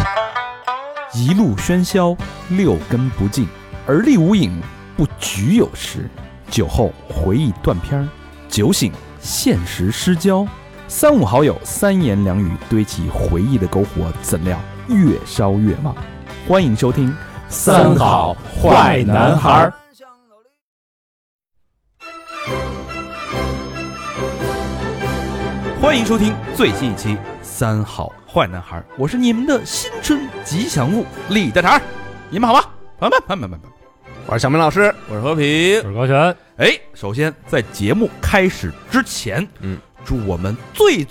一路喧嚣，六根不净，而立无影，不局有时。酒后回忆断片，酒醒现实失焦。三五好友，三言两语堆起回忆的篝火，怎料越烧越旺。欢迎收听《 三好坏男孩》。 欢迎收听最新一期《三好坏男孩》，我是你们的新春吉祥物李大肠，你们好吗？朋友们， 我是小明老师， 我是和平， 我是高璇。 首先在节目开始之前，祝我们最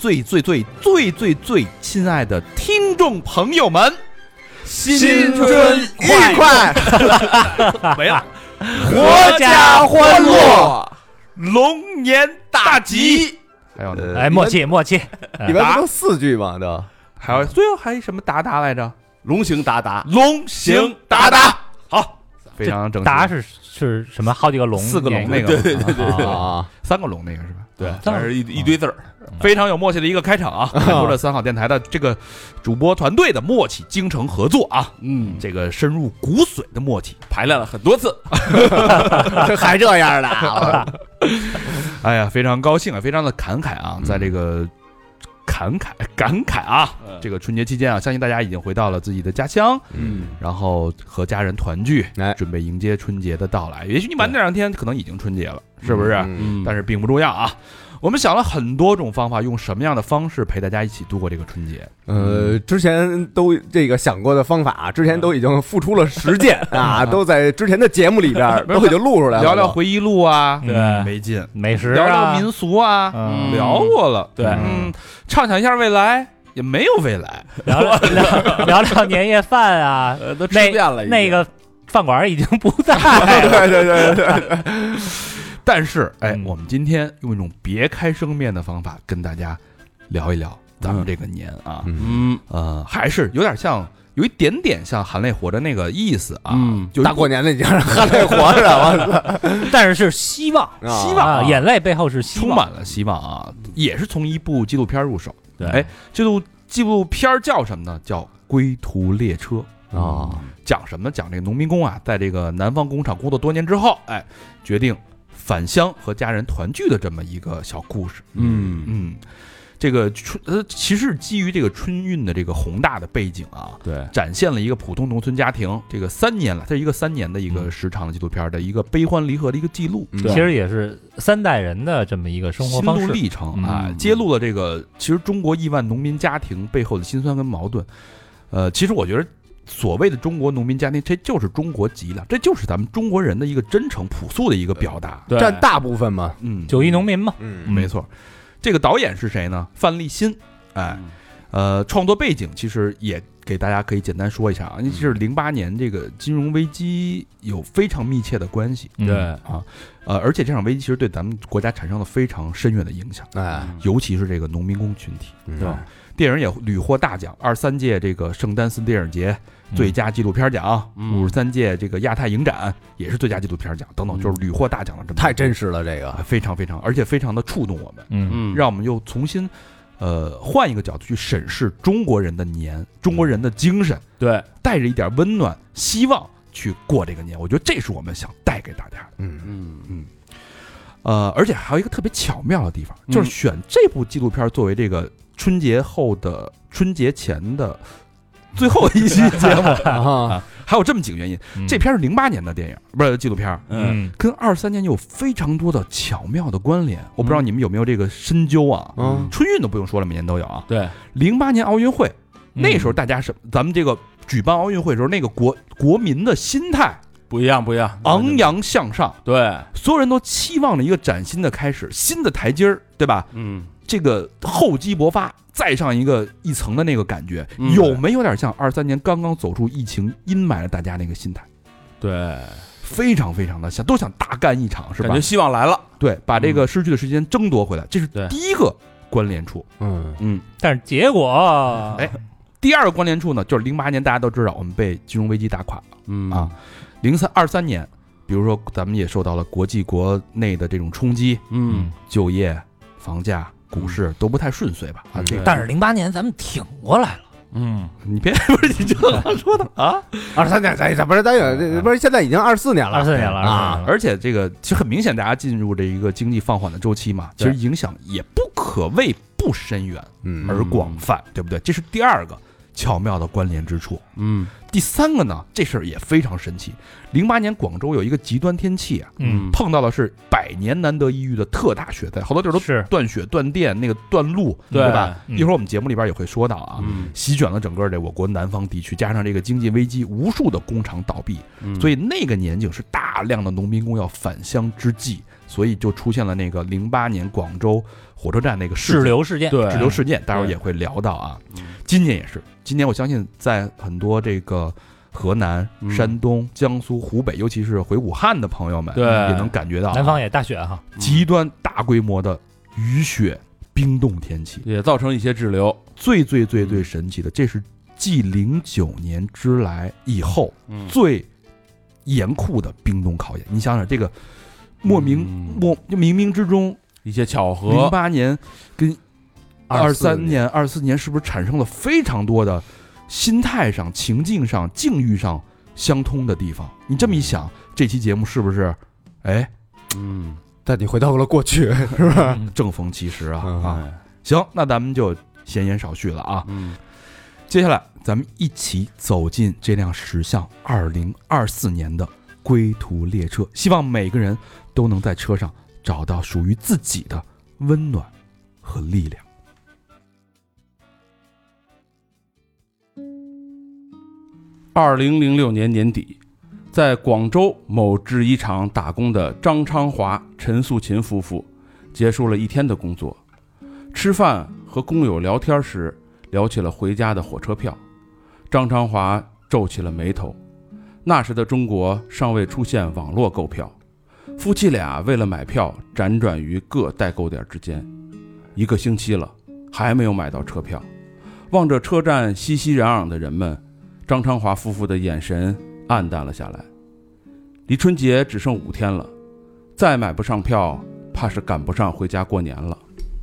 亲爱的听众朋友们新春愉快， 没了， 阖家欢乐， 龙年大吉。还有呢？ 默契， 一般不都4句吗？都还有最后还什么达来着？ 龙行达达， 龙行达达。好，非常整齐。 达是什么？好几个龙 ，4个龙那个， 对啊，3个龙那个是吧？ 对， 但是一堆字儿， 非常有默契的一个开场啊！看出了三好电台的这个主播团队的默契、精诚合作啊！这个深入骨髓的默契， 排练了很多次， 还这样的。 哎呀，非常高兴啊，非常的感慨啊，在这个感慨啊，这个春节期间啊，相信大家已经回到了自己的家乡，然后和家人团聚，准备迎接春节的到来。也许你晚这2天可能已经春节了，是不是？但是并不重要啊。我们想了很多种方法，用什么样的方式陪大家一起度过这个春节？ 之前都这个想过的方法，之前都已经付出了实践啊，都在之前的节目里边都已经录出来了。 聊聊回忆录啊， 对， 没劲； 美食啊， 聊聊民俗啊，聊过了。 对， 畅想一下未来，也没有未来。 聊聊年夜饭啊， 都吃遍了。 那个饭馆已经不在了。对。 但是，我们今天用一种别开生面的方法跟大家聊一聊咱们这个年啊，还是有点像，有一点点像含泪活着那个意思啊，就大过年的你让人含泪活着， 但是希望，眼泪背后是希望， 充满了希望啊，也是从一部纪录片入手。 对， 这部纪录片叫什么呢？叫《归途列车》 啊， 讲什么呢？讲这个农民工啊，在这个南方工厂工作多年之后，决定返乡和家人团聚的这么一个小故事。这个其实基于这个春运的这个宏大的背景啊， 对， 展现了一个普通农村家庭这个3年了，它是一个3年的一个时长的纪录片的一个悲欢离合的一个记录。 其实也是3代人的这么一个生活方式、 心路历程啊，揭露了这个其实中国亿万农民家庭背后的辛酸跟矛盾。其实我觉得所谓的中国农民家庭，这就是中国脊梁，这就是咱们中国人的一个真诚朴素的一个表达， 占大部分嘛。 9亿农民嘛， 没错。这个导演是谁呢？范立新。创作背景其实也给大家可以简单说一下啊，这是08年这个金融危机有非常密切的关系。 对啊，而且这场危机其实对咱们国家产生了非常深远的影响，尤其是这个农民工群体，对吧？电影也屡获大奖，23届这个圣丹斯电影节最佳纪录片奖，53届这个亚太影展也是最佳纪录片奖，等等，就是屡获大奖的这么太真实了，这个非常，而且非常的触动我们，让我们又重新换一个角度去审视中国人的年，中国人的精神， 对， 带着一点温暖、希望去过这个年，我觉得这是我们想带给大家的。而且还有一个特别巧妙的地方，就是选这部纪录片作为这个春节后的春节前的最后一期节目啊，还有这么几个原因。这片是08年的电影，不是纪录片，跟23年有非常多的巧妙的关联。我不知道你们有没有这个深究啊？春运都不用说了，每年都有啊。 对 ，08年奥运会那时候，大家咱们这个举办奥运会的时候，那个国民的心态不一样， 昂扬向上， 对， 所有人都期望着一个崭新的开始，新的台阶儿，对吧？这个厚积薄发，再上一层的那个感觉，有没有点像23年刚刚走出疫情阴霾的大家那个心态？ 对， 非常的像，都想大干一场，是吧？ 感觉希望来了， 对，把这个失去的时间争夺回来，这是第一个关联处。 但是结果， 第二个关联处呢，就是08年大家都知道我们被金融危机打垮了，23年，比如说咱们也受到了国际国内的这种冲击，就业、房价、股市都不太顺遂吧？ 但是08年咱们挺过来了。 你别不是你这话说的啊 ，23年不是不是现在已经24年了 ，24年了啊！ 而且这个其实很明显，大家进入这一个经济放缓的周期嘛，其实影响也不可谓不深远而广泛，对不对？这是第二个巧妙的关联之处。第三个呢，这事儿也非常神奇。08年广州有一个极端天气啊，碰到的是100年难得一遇的特大雪灾，好多地儿都是断雪、断电、那个断路，对吧？一会儿我们节目里边也会说到啊，席卷了整个这我国南方地区，加上这个经济危机，无数的工厂倒闭，所以那个年景是大量的农民工要返乡之际，所以就出现了那个08年广州火车站那个滞留事件， 滞留事件，待会儿也会聊到啊。今年也是，今年我相信在很多这个河南、山东、江苏、湖北，尤其是回武汉的朋友们，也能感觉到南方也大雪哈， 极端大规模的雨雪冰冻天气， 也造成一些滞留。 最神奇的，这是继09年之来以后最严酷的冰冻考验。你想想，这个冥冥之中一些巧合 ，08年跟23年、24年是不是产生了非常多的心态上、情境上、境遇上相通的地方？你这么一想，这期节目是不是， 带你回到了过去，是吧？ 正逢其时啊！行，那咱们就闲言少叙了啊。接下来咱们一起走进这辆驶向2024年的归途列车，希望每个人都能在车上找到属于自己的温暖和力量。 2006年年底，在广州某制衣厂打工的张昌华、陈素琴夫妇结束了一天的工作，吃饭和工友聊天时聊起了回家的火车票。张昌华皱起了眉头，那时的中国尚未出现网络购票，夫妻俩为了买票辗转于各代购点之间，1个星期了还没有买到车票。望着车站熙熙攘攘的人们，张昌华夫妇的眼神暗淡了下来。离春节只剩5天了，再买不上票，怕是赶不上回家过年了。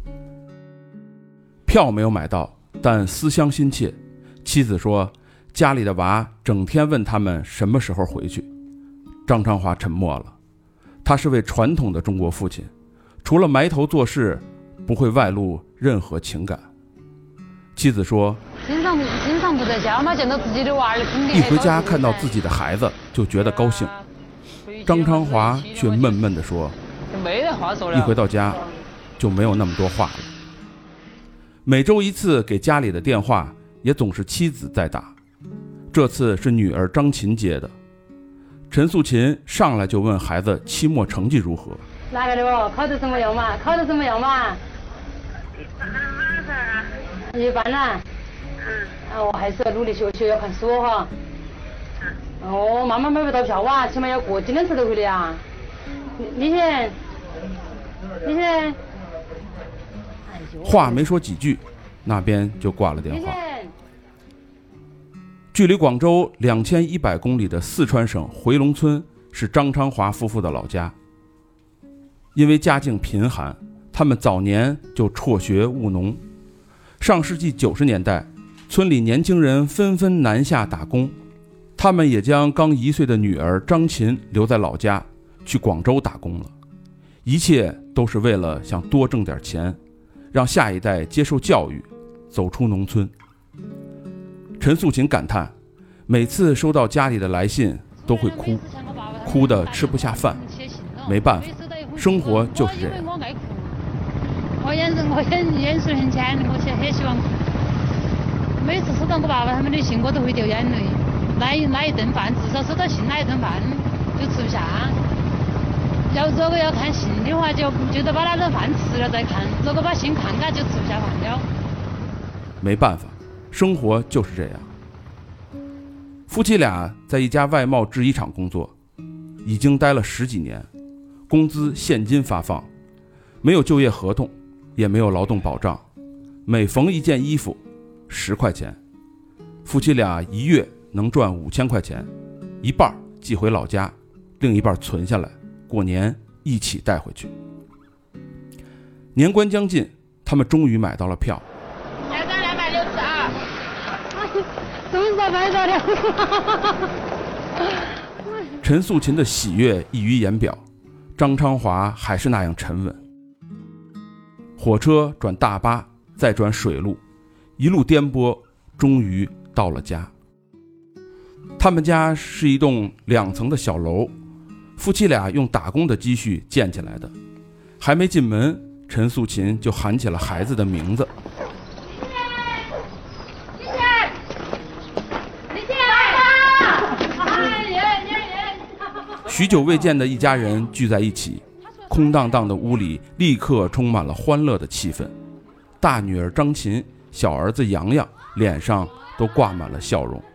票没有买到，但思乡心切。妻子说，家里的娃整天问他们什么时候回去。张昌华沉默了，他是位传统的中国父亲，除了埋头做事，不会外露任何情感。妻子说， 经常不在家嘛，见到自己的娃儿肯定一回家看到自己的孩子就觉得高兴。张昌华却闷闷地说， 没得话说了， 一回到家就没有那么多话了。每周1次给家里的电话也总是妻子在打，这次是女儿张琴接的。陈素琴上来就问孩子期末成绩如何。 哪个的哦？考得怎么样嘛？考得怎么样嘛？一般啦。我还是要努力学习，要看书哈。妈妈买不到票啊，起码要过今天才能回来啊。你先。 话没说几句，那边就挂了电话。距离广州2100公里的四川省回龙村是张昌华夫妇的老家。因为家境贫寒，他们早年就辍学务农。上世纪90年代，村里年轻人纷纷南下打工，他们也将刚1岁的女儿张琴留在老家，去广州打工了。一切都是为了想多挣点钱，让下一代接受教育，走出农村。陈素琴感叹，每次收到家里的来信都会哭，哭得吃不下饭。没办法，生活就是这样。 我眼水很浅，我很喜欢哭。每次收到我爸爸他们的信，我都会掉眼泪。那一顿饭，至少收到信那一顿饭就吃不下。如果要看信的话，就得把那顿饭吃了再看。如果把信看了，就吃不下饭了。 没办法，生活就是这样。夫妻俩在一家外贸制衣厂工作，已经待了10几年，工资现金发放，没有就业合同，也没有劳动保障，每缝一件衣服10块钱，夫妻俩1月能赚5000块钱，一半寄回老家，另一半存下来，过年一起带回去。年关将近，他们终于买到了票。 2张262， 终于拍到了。 陈素琴的喜悦溢于言表，张昌华还是那样沉稳。火车转大巴，再转水路，一路颠簸，终于到了家。他们家是一栋2层的小楼，夫妻俩用打工的积蓄建起来的。还没进门，陈素琴就喊起了孩子的名字。许久未见的一家人聚在一起，空荡荡的屋里立刻充满了欢乐的气氛。大女儿张琴，小儿子洋洋脸上都挂满了笑容。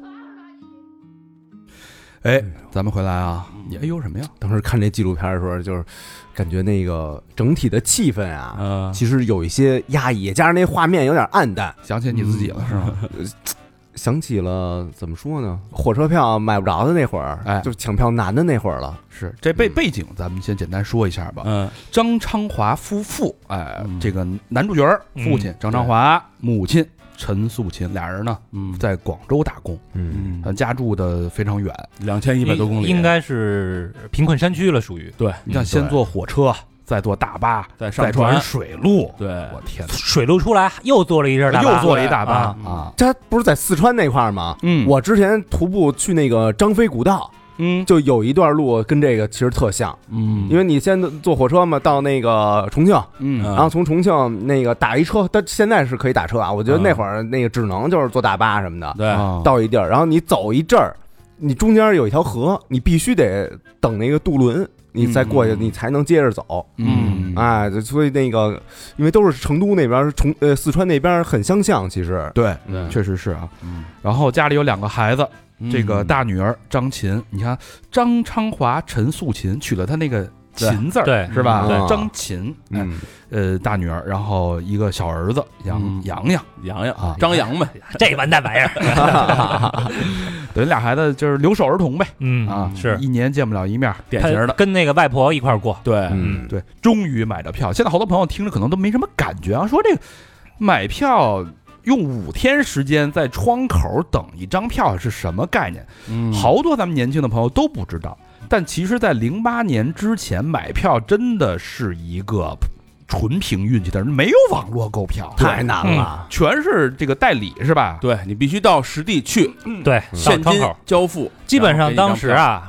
哎，咱们回来啊，你哎呦什么呀？ 当时看这纪录片的时候，就是感觉那个整体的气氛啊，其实有一些压抑，加上那画面有点暗淡， 想起你自己了是吗？ 想起了怎么说呢？火车票买不着的那会儿， 哎， 就抢票难的那会儿了。 是这背景，咱们先简单说一下吧。张昌华夫妇，这个男主角父亲张昌华，母亲陈素琴，俩人呢，在广州打工，家住的非常远 ，2100多公里， 应该是贫困山区了，属于。 对，你看先坐火车，再坐大巴，再转水路， 对， 我天， 水路出来又坐了一阵大巴， 又坐了一大巴啊！ 这不是在四川那块儿吗？我之前徒步去那个张飞古道，就有一段路跟这个其实特像，因为你先坐火车嘛，到那个重庆，然后从重庆那个打一车，但现在是可以打车啊，我觉得那会儿那个只能就是坐大巴什么的， 对， 到一地儿，然后你走一阵儿，你中间有一条河，你必须得等那个渡轮。你再过去，你才能接着走。所以那个，因为都是成都那边，四川那边很相像，其实对，确实是啊。然后家里有2个孩子，这个大女儿张琴，你看张昌华、陈素琴取了他那个琴字，对，是吧？张琴，大女儿，然后一个小儿子洋洋啊，张扬呗， 这完蛋玩意儿。 等于俩孩子就是留守儿童呗， 是 1年见不了一面，典型的， 跟那个外婆一块过。 对，对，终于买着票。现在好多朋友听着可能都没什么感觉啊，说这个买票用5天时间在窗口等一张票是什么概念？好多咱们年轻的朋友都不知道。但其实，在08年之前买票真的是一个纯凭运气的人，没有网络购票， 太难了， 全是这个代理是吧？ 对，你必须到实地去， 对， 现金交付。 基本上当时啊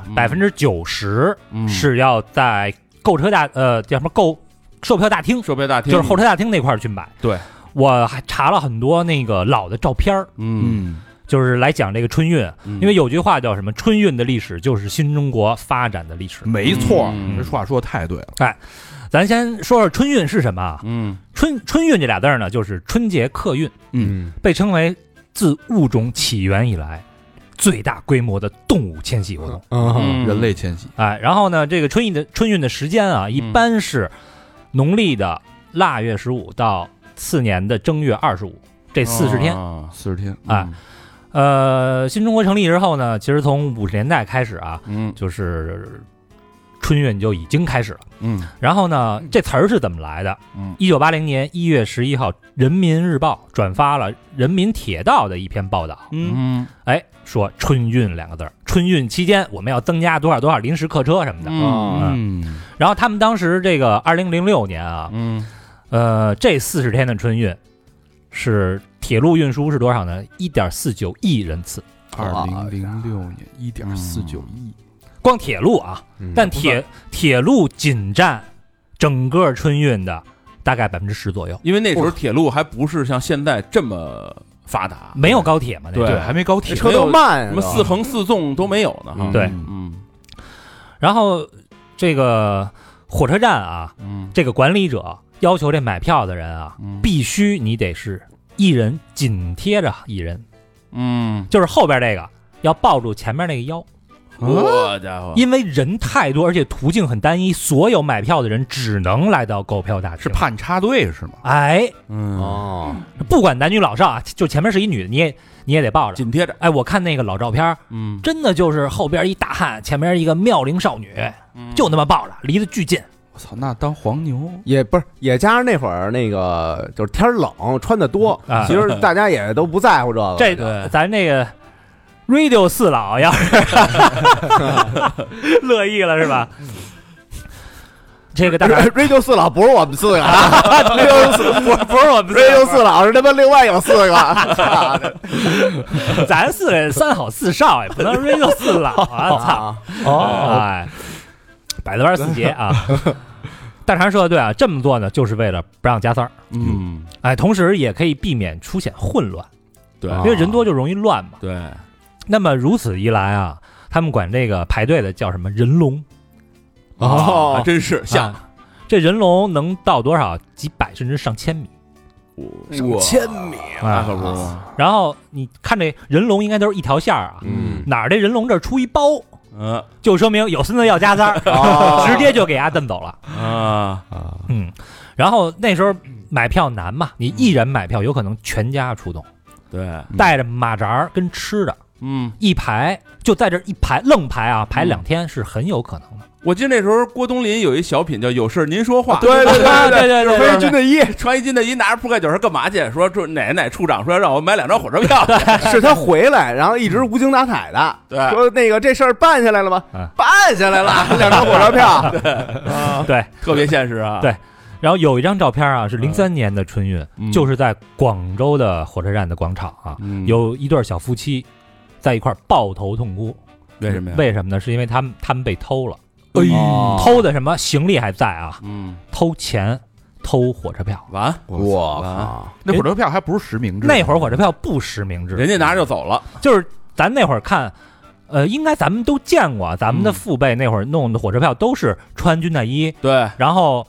，90%是要在叫什么售票大厅，就是候车大厅那块去买。 对， 我还查了很多那个老的照片，就是来讲这个春运，因为有句话叫什么？春运的历史就是新中国发展的历史。 没错，这话说的太对了。 哎，咱先说说春运是什么啊？春运这俩字呢，就是春节客运，被称为自物种起源以来最大规模的动物迁徙活动， 人类迁徙。 哎，然后呢，这个春运的时间啊，一般是农历的腊月15到次年的正月25，这40天 ，40天， 哎。新中国成立之后呢，其实从50年代开始啊，就是春运就已经开始了。然后呢，这词儿是怎么来的？1980年1月11号，《人民日报》转发了人民铁道的一篇报道。说春运2个字，春运期间我们要增加多少临时客车什么的。然后他们当时这个2006年啊，这40天的春运是铁路运输是多少呢？1.49亿人次。 2006年1.49亿， 光铁路啊，但铁路仅占整个春运的大概10%左右。 因为那时候铁路还不是像现在这么发达， 没有高铁嘛？ 对， 还没高铁， 车都慢， 什么4横4纵都没有呢。 对，然后这个火车站啊，这个管理者要求这买票的人啊，必须你得是一人紧贴着一人，就是后边这个要抱住前面那个腰。 我家伙， 因为人太多，而且途径很单一，所有买票的人只能来到购票大厅。 是怕你插队是吗？ 哎，不管男女老少啊，就前面是一女的，你也得抱着紧贴着。 哎，我看那个老照片，真的就是后边一大汉，前面一个妙龄少女，就那么抱着，离得巨近。 操，那当黄牛也不是，也加上那会儿那个就是天冷穿的多，其实大家也都不在乎这个。 这咱那个 Radio 四老要是乐意了是吧？这个大概 Radio 四老不是我们4个啊，Radio 四不是我们Radio 四老是他妈另外有4个， 咱4个3好4少也不能 Radio 四老啊！操，哎，摆子弯4节啊！大肠说的对啊，这么做呢，就是为了不让加塞儿。哎，同时也可以避免出现混乱， 对， 因为人多就容易乱嘛。 对， 那么如此一来啊，他们管这个排队的叫什么人龙。 还真是像这人龙能到多少？几百甚至上千米， 上千米那可不。 然后你看这人龙应该都是一条线啊，哪儿这人龙这儿出一包，就说明有孙子要加塞儿，直接就给伢蹬走了啊。然后那时候买票难嘛，你一人买票有可能全家出动， 对， 带着马扎儿跟吃的，一排就在这一排愣排啊，排2天是很有可能的。 我记得那时候郭冬临有一小品叫《有事您说话》， 对， 穿一军队衣， 穿一军队衣，拿着铺盖卷是干嘛去？说哪处长说让我买2张火车票， 是他回来，然后一直无精打采的， 对， 说那个这事儿办下来了吗？办下来了，2张火车票， 对， 特别现实啊， 对。然后有一张照片啊，是03年的春运，就是在广州的火车站的广场啊，有一对小夫妻在一块抱头痛哭。 为什么呀？ 为什么呢？是因为他们被偷了。偷的什么行李还在啊？偷钱，偷火车票。 完， 我靠， 那火车票还不是实名制？ 那会儿火车票不实名制， 人家拿着就走了。 就是咱那会儿看，应该咱们都见过，咱们的父辈那会儿弄的火车票都是穿军大衣， 对， 然后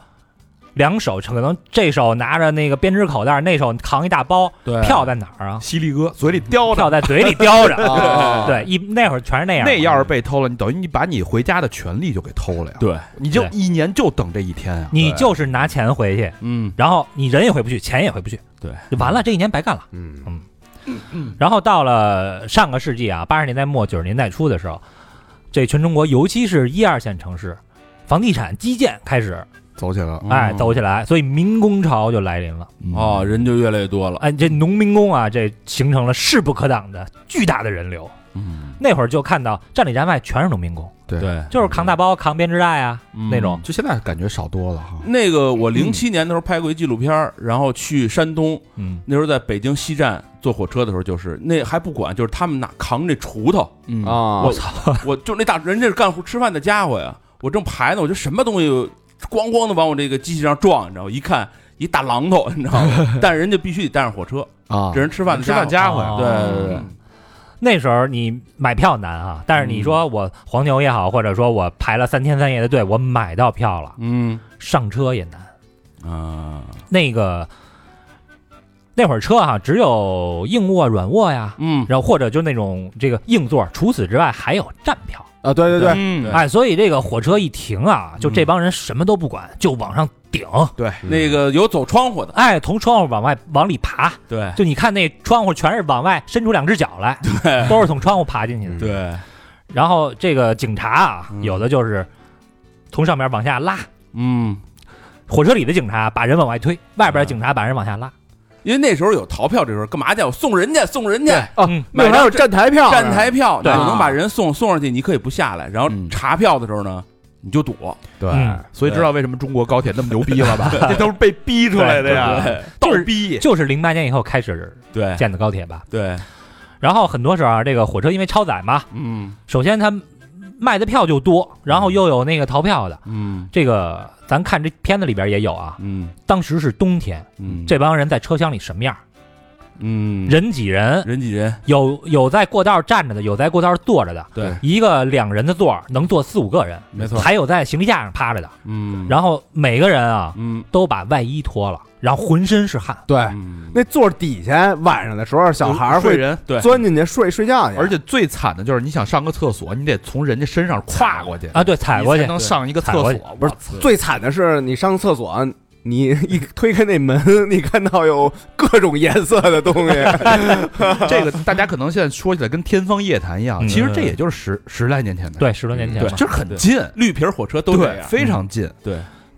2手可能这手拿着那个编织口袋，那手扛一大包， 对， 票在哪儿啊？ 犀利哥嘴里叼着， 票在嘴里叼着，对，那会儿全是那样。 那要是被偷了，你等于你把你回家的权利就给偷了呀。 对， 你就1年就等这一天啊。 你就是拿钱回去，然后你人也回不去，钱也回不去， 对， 就完了，这1年白干了。然后到了上个世纪啊，80年代末90年代初的时候，这全中国尤其是1、2线城市，房地产基建开始走起来了， 走起来，所以民工潮就来临了。 人就越来越多了。 哎，这农民工啊，这形成了势不可挡的巨大的人流。那会儿就看到站里站外全是农民工， 对， 就是扛大包、扛编织袋啊那种。 就现在感觉少多了哈。 那个我07年的时候拍过一纪录片，然后去山东，那时候在北京西站坐火车的时候，就是那还不管，就是他们扛这锄头我操，我就那大人家是干活吃饭的家伙呀，我正排呢，我就什么东西咣咣的往我这个机器上撞，你知道吗？一看一大榔头，你知道吗？但是人家必须得带上火车啊，这人吃饭家伙呀。 对。 那时候你买票难啊，但是你说我黄牛也好，或者说我排了3天3夜的队，我买到票了，上车也难啊。那会儿车哈，只有硬卧、软卧呀，然后或者就那种这个硬座，除此之外还有站票。 啊，对， 哎，所以这个火车一停啊，就这帮人什么都不管，就往上顶。 对， 那个有走窗户的， 哎，从窗户往里爬。 对， 就你看那窗户全是往外伸出2只脚来， 对， 都是从窗户爬进去的。 对， 然后这个警察啊，有的就是从上面往下拉，火车里的警察把人往外推，外边的警察把人往下拉。 因为那时候有逃票，这时候干嘛去？我送人家那还有站台票， 对，能把人送上去，你可以不下来。然后查票的时候呢，你就躲。 对，所以知道为什么中国高铁那么牛逼了吧？这都是被逼出来的呀，倒逼。 就是08年以后开始建的高铁吧？ 对。 然后很多时候啊，这个火车因为超载嘛，首先它卖的票就多，然后又有那个逃票的，这个咱看这片子里边也有啊，当时是冬天，这帮人在车厢里什么样？人挤人，有在过道站着的，有在过道坐着的， 对， 一个2人的座能坐4、5个人， 没错， 还有在行李架上趴着的，然后每个人啊，都把外衣脱了，然后浑身是汗， 对，那座底下晚上的时候，小孩会钻进去睡觉去， 而且最惨的就是你想上个厕所，你得从人家身上跨过去啊，对，踩过去才能上一个厕所， 不是最惨的是你上厕所。你一推开那门，你看到有各种颜色的东西。 这个大家可能现在说起来跟天方夜谭一样，其实这也就是十来年前的， 对，10多年前， 对，就是很近， 绿皮火车都这样， 非常近。 对，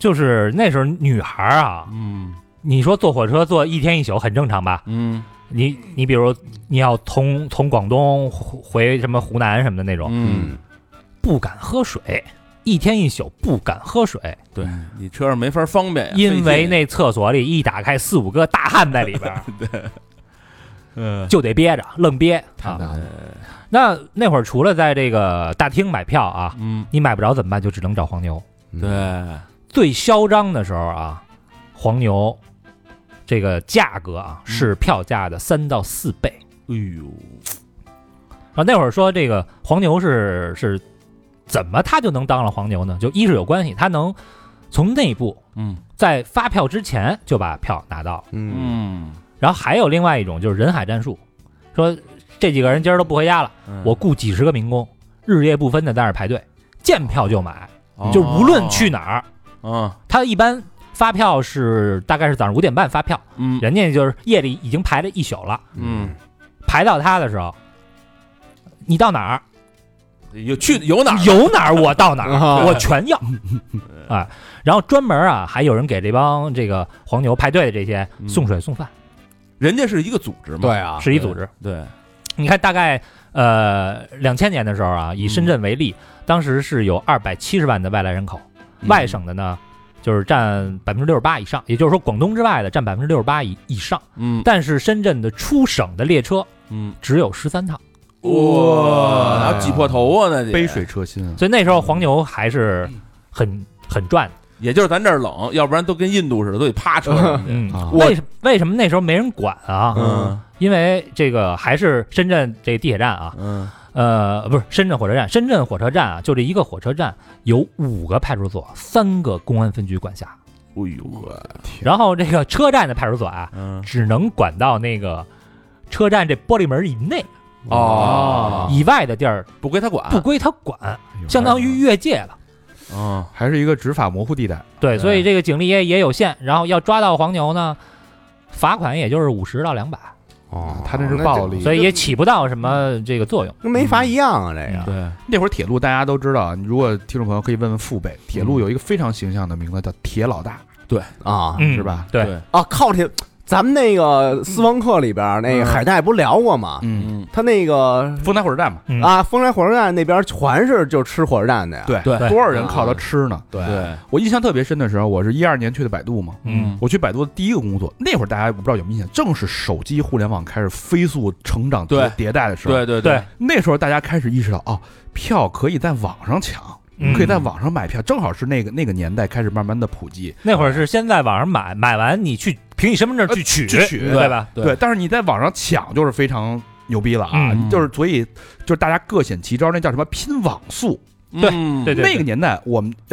就是那时候女孩啊，你说坐火车坐1天1宿很正常吧？你比如你要从广东回什么湖南什么的那种，不敢喝水，1天1宿不敢喝水。 对，你车上没法方便， 因为那厕所里一打开4、5个大汉在里边， 对， 就得憋着，愣憋啊。那会儿除了在这个大厅买票啊，你买不着怎么办？就只能找黄牛。 对， 最嚣张的时候啊，黄牛这个价格啊是票价的3到4倍。 哎呦， 啊，那会儿说这个黄牛是怎么他就能当了黄牛呢？就一是有关系，他能从内部在发票之前就把票拿到，然后还有另外一种就是人海战术，说这几个人今儿都不回家了，我雇几十个民工，日夜不分的在那儿排队，见票就买，就无论去哪儿，他一般发票是大概是早上5点半发票，人家就是夜里已经排了1宿了，排到他的时候，你到哪儿？ 有哪儿我到哪儿，我全要，啊，然后专门啊还有人给这帮这个黄牛排队的这些送水送饭， 人家是一个组织嘛， 对啊， 是一组织， 对。 你看，大概2000年的时候啊，以深圳为例，当时是有270万的外来人口，外省的呢就是占68%以上，也就是说广东之外的占68%以上。但是深圳的出省的列车，只有13趟。 哇，那挤破头啊，那杯水车薪。 所以那时候黄牛还是很赚的。 也就是咱这儿冷，要不然都跟印度似的，都得趴车上去。为什么那时候没人管啊？因为这个还是深圳这个地铁站啊，不是深圳火车站，深圳火车站啊，就这一个火车站有5个派出所，3个公安分局管辖。 哎呦我天！ 然后这个车站的派出所啊，只能管到那个车站这玻璃门以内。以外的地儿不归他管， 相当于越界了。 还是一个执法模糊地带。 对，所以这个警力也有限，然后要抓到黄牛呢，罚款也就是50到200。 他这是暴力， 所以也起不到什么这个作用， 跟没罚一样啊。这个对， 那会儿铁路大家都知道，如果听众朋友可以问问父辈，铁路有一个非常形象的名字叫铁老大。 对啊， 是吧？ 对啊，靠铁。咱们那个私房课里边那个海带不聊过吗？他那个丰台火车站嘛， 啊，丰台火车站那边全是就吃火车站的呀。 对，多少人靠它吃呢？ 对， 我印象特别深的时候，我是12年去的百度嘛，我去百度的第一个工作，那会儿大家我不知道有没有印象，正是手机互联网开始飞速成长迭代的时候。 对， 那时候大家开始意识到，票可以在网上抢。可以在网上买票，正好是那个年代开始慢慢的普及。 那会儿是先在网上买完你去凭你身份证去取，对吧？ 对，但是你在网上抢就是非常牛逼了啊！就是所以就是大家各显其招，那叫什么拼网速。 对， 那个年代我们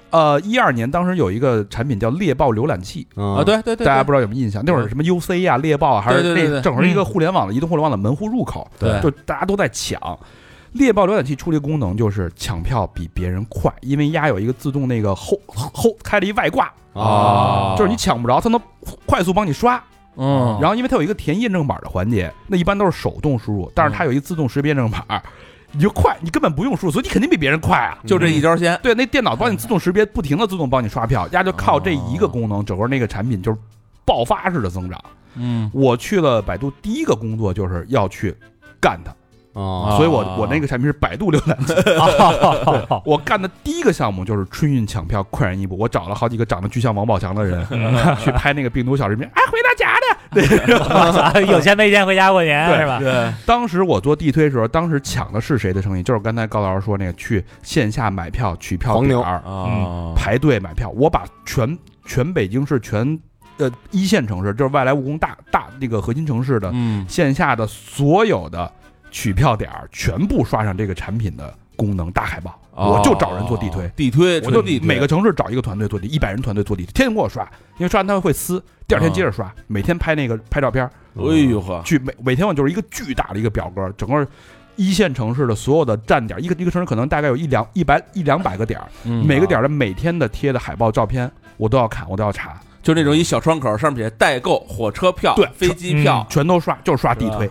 12年当时有一个产品叫猎豹浏览器啊，对， 大家不知道有没有印象？那会儿什么 UC 啊、猎豹啊，还是那正好是一个互联网的移动互联网的门户入口， 对， 就大家都在抢。猎豹浏览器出了一个功能，就是抢票比别人快，因为鸭有一个自动那个后开了一外挂就是你抢不着，它能快速帮你刷。然后因为它有一个填验证码的环节，那一般都是手动输入，但是它有一个自动识别验证码，你就快，你根本不用输入，所以你肯定比别人快啊， 就这一招先。 对，那电脑帮你自动识别，不停的自动帮你刷票，鸭就靠这一个功能，整个那个产品就是爆发式的增长。我去了百度，第一个工作就是要去干它。所以我那个产品是百度浏览器。我干的第一个项目就是春运抢票快人一步，我找了好几个长得巨像王宝强的人去拍那个病毒小视频，回到家的，有钱没钱回家过年是吧？ 对。当时我做地推的时候，当时抢的是谁的生意？就是刚才高老师说那个去线下买票取票点排队买票，我把全北京市一线城市，就是外来务工大那个核心城市的线下的所有的取票点全部刷上这个产品的功能大海报，我就找人做地推，我就每个城市找一个团队做100人团队做地推，天天给我刷，因为刷完他们会撕，第二天接着刷，每天拍照片。 哎呦呵， 每天我就是一个巨大的一个表格，整个一线城市的所有的站点，一个城市可能大概有100-200个点，每个点的每天的贴的海报照片我都要看，我都要查。 就那种一小窗口上面写代购火车票、对飞机票， 全都刷，就是刷地推。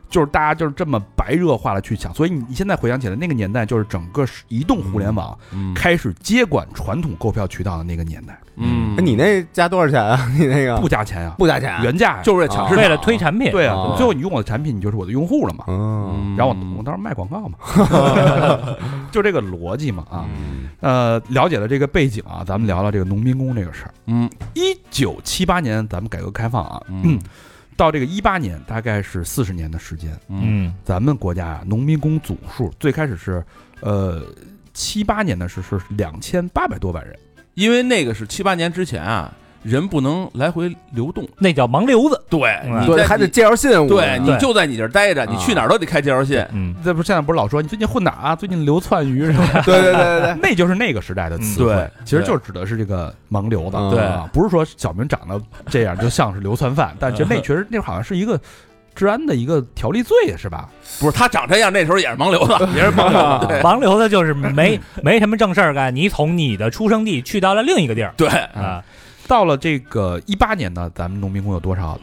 就是大家就是这么白热化了去想，所以你现在回想起来，那个年代就是整个移动互联网开始接管传统购票渠道的那个年代。 你那加多少钱啊？你那个不加钱呀， 不加钱， 原价呀， 就是抢市场， 为了推产品。 对啊，最后你用我的产品，你就是我的用户了嘛。然后我当时卖广告嘛，就这个逻辑嘛啊。了解了这个背景啊，咱们聊聊这个农民工这个事儿。1978年咱们改革开放啊，到这个18年大概是40年的时间。咱们国家啊，农民工总数最开始是78年的时候是2800多万人， 因为那个是78年之前啊，人不能来回流动， 那叫盲流子。 对， 对，还得介绍信， 对，你就在你这儿待着，你去哪儿都得开介绍信。 这不是现在不是老说你最近混哪儿啊？最近流窜鱼是吧？ 对， 那就是那个时代的词汇。 对， 其实就指的是这个盲流子。 对啊，不是说小明长得这样就像是流窜犯，但其实那确实那好像是一个治安的一个条例罪是吧？ 不是，他长这样那时候也是盲流子， 也是盲流子。 盲流子就是没什么正事儿干，你从你的出生地去到了另一个地儿。 对啊。 到了这个18年呢，咱们农民工有多少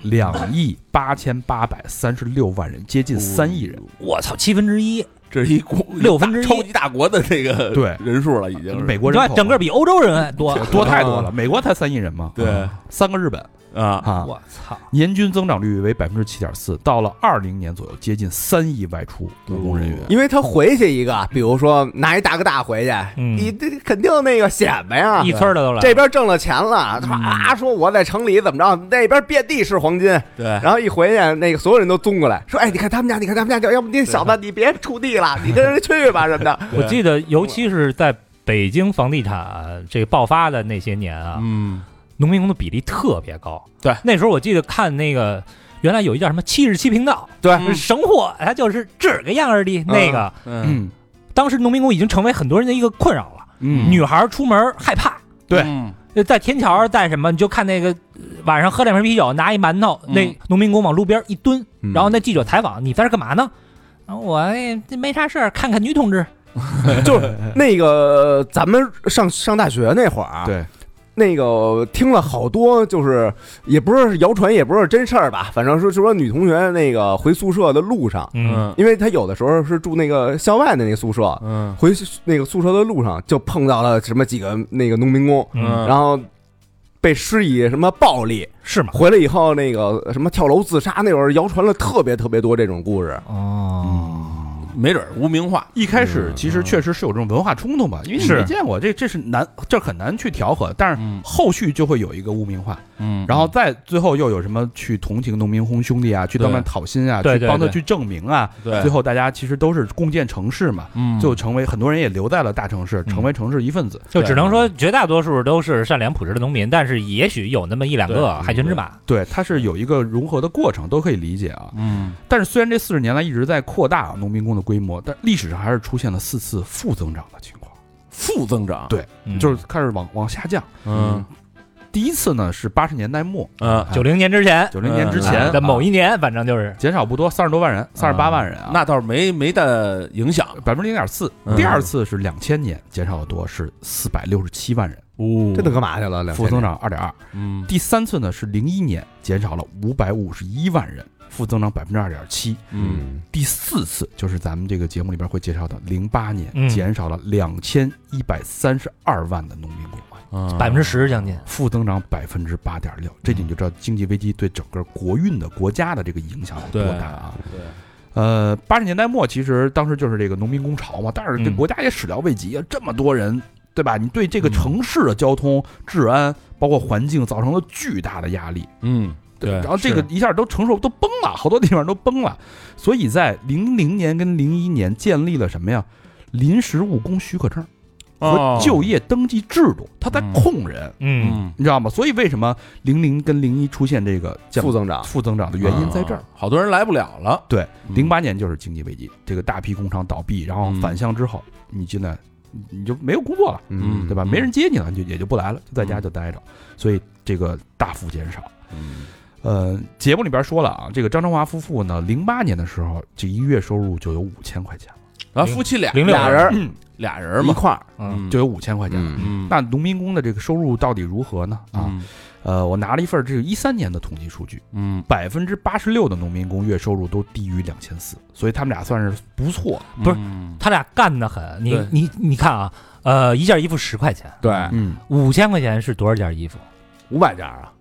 ？2.8836亿人，接近3亿人。 我操，1/7， 这是一国 1/6， 超级大国的这个对人数了，已经是美国人口整个比欧洲人还多太多了。美国才3亿人嘛， 对 ，3个日本。 我操！ 年均增长率为7.4%，到了20年左右，接近3亿外出务工人员。 因为他回去一个，比如说拿一大哥大回去，你这肯定那个显摆呀， 一村的都来。 这边挣了钱了，他说我在城里怎么着，那边遍地是黄金。 对， 然后一回去，那个所有人都综过来，说：“哎，你看他们家，要不你小子你别锄地了，你跟人去吧什么的。” 我记得，尤其是在北京房地产这个爆发的那些年啊，农民工的比例特别高。 对， 那时候我记得看那个，原来有一叫什么77频道， 对， 省货，它就是这个样儿的那个。当时农民工已经成为很多人的一个困扰了。女孩出门害怕， 对， 在天桥在什么，你就看那个晚上喝2瓶啤酒，拿一馒头，那农民工往路边一蹲，然后那记者采访你在这干嘛呢？我没啥事儿，看看女同志。 就是那个咱们上大学那会儿啊， 对。 那个听了好多，就是也不是谣传，也不是真事儿吧，反正是说女同学那个回宿舍的路上，因为她有的时候是住那个校外的那个宿舍，回那个宿舍的路上就碰到了什么几个那个农民工，然后被施以什么暴力， 是吗？ 回来以后那个什么跳楼自杀，那会儿谣传了特别多这种故事。 没准污名化。 一开始其实确实是有这种文化冲突嘛，因为你没见过，这是难，这很难去调和。但是后续就会有一个污名化，然后再最后又有什么去同情农民工兄弟啊，去帮他讨薪啊，去帮他去证明啊。最后大家其实都是共建城市嘛，就成为很多人也留在了大城市，成为城市一份子。 就只能说绝大多数都是善良朴实的农民，但是也许有那么1-2个害群之马。 对，它是有一个融合的过程，都可以理解啊。但是虽然这40年来一直在扩大农民工的规模，但历史上还是出现了4次负增长的情况。 负增长， 对，就是开始往下降。第一次呢是80年代末 ，90年之前的某一年，反正就是减少不多，30多万人，38万人啊， 那倒是没的影响 ，0.4%。第二次是2000年，减少的多，是467万人。 这都干嘛去了？ 负增长2.2%。第三次呢是01年，减少了551万人，负增长2.7%。第四次就是咱们这个节目里边会介绍的08年，减少了2132万的农民工。 10%将近， 负增长8.6%，这你就知道经济危机对整个国家的这个影响有多大啊！对，80年代末其实当时就是这个农民工潮嘛，但是这国家也始料未及啊，这么多人，对吧？你对这个城市的交通、治安，包括环境造成了巨大的压力。对，然后这个一下都承受都崩了，好多地方都崩了，所以在00年跟01年建立了什么呀？临时务工许可证和就业登记制度，它在控人，你知道吗？所以为什么00跟01出现这个负增长的原因在这儿， 好多人来不了了。 对，08年就是经济危机，这个大批工厂倒闭，然后返乡之后，你进来你就没有工作了，对吧？没人接你了，你就也就不来了，就在家就待着，所以这个大幅减少。节目里边说了啊，这个张成华夫妇呢，08年的时候，这一月收入就有5000块钱了， 然后夫妻俩人嘛一块儿， 就有5000块钱了。那农民工的这个收入到底如何呢？ 我拿了一份这个13年的统计数据，86%的农民工月收入都低于2400，所以他们俩算是不错。 不是，他俩干得很。你看啊，一件衣服10块钱， 对 ，5000块钱是多少件衣服 ？500件啊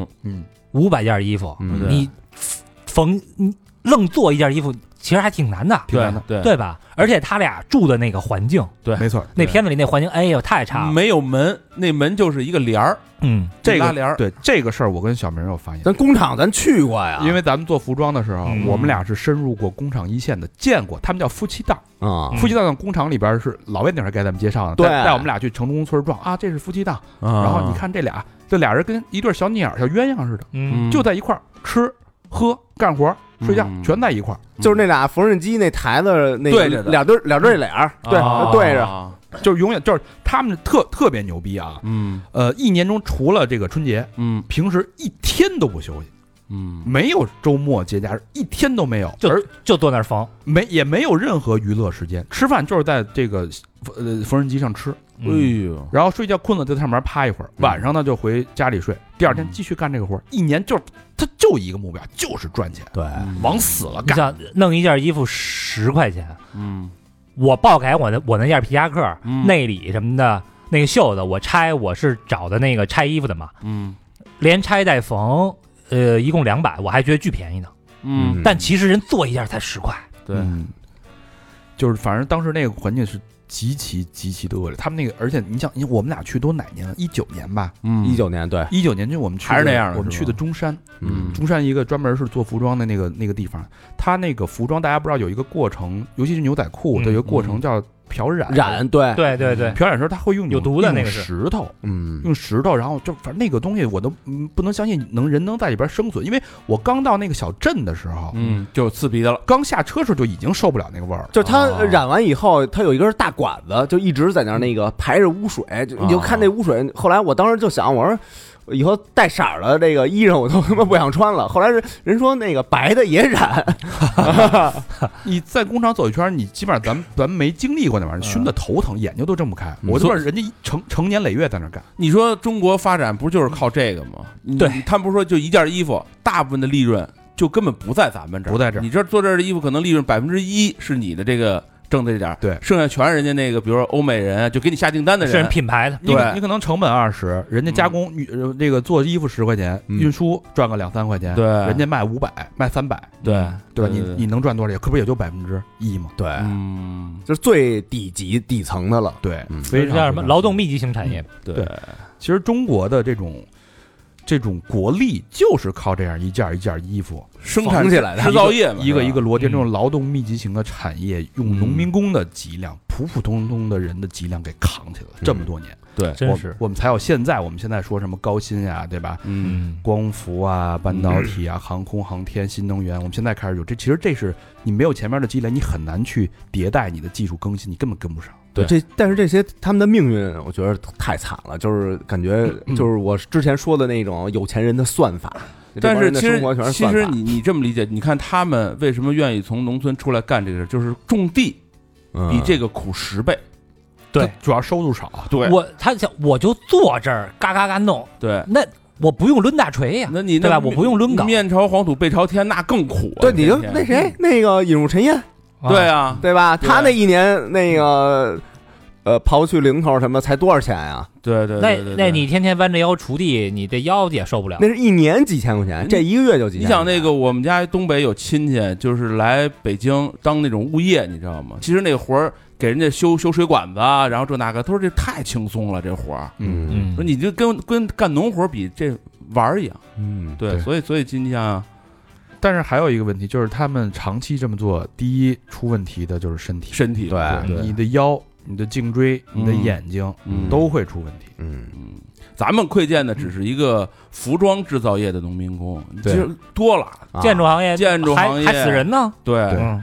，500件衣服，你愣做一件衣服，其实还挺难的，对吧？而且他俩住的那个环境， 对，没错， 那片子里那环境，哎呦，太差了， 没有门，那门就是一个帘儿， 这个拉帘儿。 对这个事儿，我跟小明有发现。 咱工厂咱去过呀， 因为咱们做服装的时候，我们俩是深入过工厂一线的，见过他们叫夫妻档啊。夫妻档的工厂里边是老魏那会儿给咱们介绍的，带我们俩去城中村撞啊，这是夫妻档。然后你看这俩人跟一对小鸟、小鸳鸯似的，就在一块儿吃喝干活。睡觉全在一块儿， 就是那俩缝纫机那台子那对着的俩对脸，对着， 就是永远就是他们特别牛逼啊。一年中除了这个春节，平时一天都不休息，没有周末节假日，一天都没有， 就坐那儿缝， 也没有任何娱乐时间，吃饭就是在这个缝纫机上吃。 哎呦， 然后睡觉困了在上面趴一会儿，晚上呢就回家里睡，第二天继续干这个活。一年他就一个目标，就是赚钱， 对， 往死了干。 你想弄一件衣服10块钱，我爆改我那件皮夹克，内里什么的，那个袖子我拆，我是找的那个拆衣服的嘛，连拆带缝，一共200，我还觉得巨便宜呢，但其实人做一件才10块， 对， 就是反正当时那个环境是极其的恶劣，他们那个，而且你想，我们俩去都哪年了？19年吧 ，19年，对 ，19年就我们去还是那样的， 我们去的中山，中山一个专门是做服装的那个地方，他那个服装大家不知道有一个过程，尤其是牛仔裤的一个过程叫漂染， 对， 漂染时候他会用有毒的那个石头，用石头，然后就反正那个东西我都不能相信人能在里边生存，因为我刚到那个小镇的时候， 就刺鼻的了， 刚下车时候就已经受不了那个味儿了。 就是他染完以后，他有一根大管子，就一直在那个排着污水，你就看那污水。后来我当时就想，我说以后带色儿的这个衣裳我都他妈不想穿了。后来人说那个白的也染， 你在工厂走一圈，你基本上咱们没经历过那玩意儿，熏得头疼，眼睛都睁不开。我就说人家成年累月在那干。 你说中国发展不就是靠这个吗？ 对， 他们不是说就一件衣服，大部分的利润就根本不在咱们这儿， 不在这儿。 你这做这儿的衣服，可能利润1%是你的这个挣的这点， 对， 剩下全是人家那个，比如说欧美人就给你下订单的人， 是品牌的， 对，你可能成本20，人家加工这个做衣服10块钱，运输赚个2-3块钱， 对， 人家卖500，卖300，对吧？你能赚多少？可不也就1%吗？ 对，就是最底层的了， 对， 非常什么劳动密集型产业， 对。其实中国的这种国力就是靠这样一件衣服生产起来的， 制造业一个罗甸这种劳动密集型的产业，用农民工的脊梁，普通通的人的脊梁给扛起来了这么多年。 对， 真是我们才有现在，我们现在说什么高新呀，对吧？光伏啊，半导体啊，航空航天，新能源，我们现在开始有这。其实这是你没有前面的积累，你很难去迭代你的技术更新，你根本跟不上。 对，但是这些他们的命运，我觉得太惨了，就是感觉就是我之前说的那种有钱人的算法。 但是其实你这么理解，你看他们为什么愿意从农村出来干这个事，就是种地比这个苦10倍。 对， 主要收入少。 对， 他想我就坐这儿嘎弄。 对， 那我不用抡大锤呀， 那你对吧？我不用抡镐， 面朝黄土背朝天，那更苦。 对，你就那谁那个引入尘烟， 对啊， 对吧？他那一年那个刨去零头什么才多少钱呀？ 对， 那你天天弯着腰锄地，你这腰也受不了。 那是一年几千块钱，这一个月就几千。 你想那个我们家东北有亲戚，就是来北京当那种物业，你知道吗？其实那个活儿给人家修水管子啊，然后这那个，他说这太轻松了，这活儿。说你就跟干农活比这玩儿一样。对，所以今天。 但是还有一个问题，就是他们长期这么做，第一出问题的就是身体， 对， 你的腰、你的颈椎、你的眼睛都会出问题。 咱们窥见的只是一个服装制造业的农民工，其实多了， 建筑行业还死人呢。 对。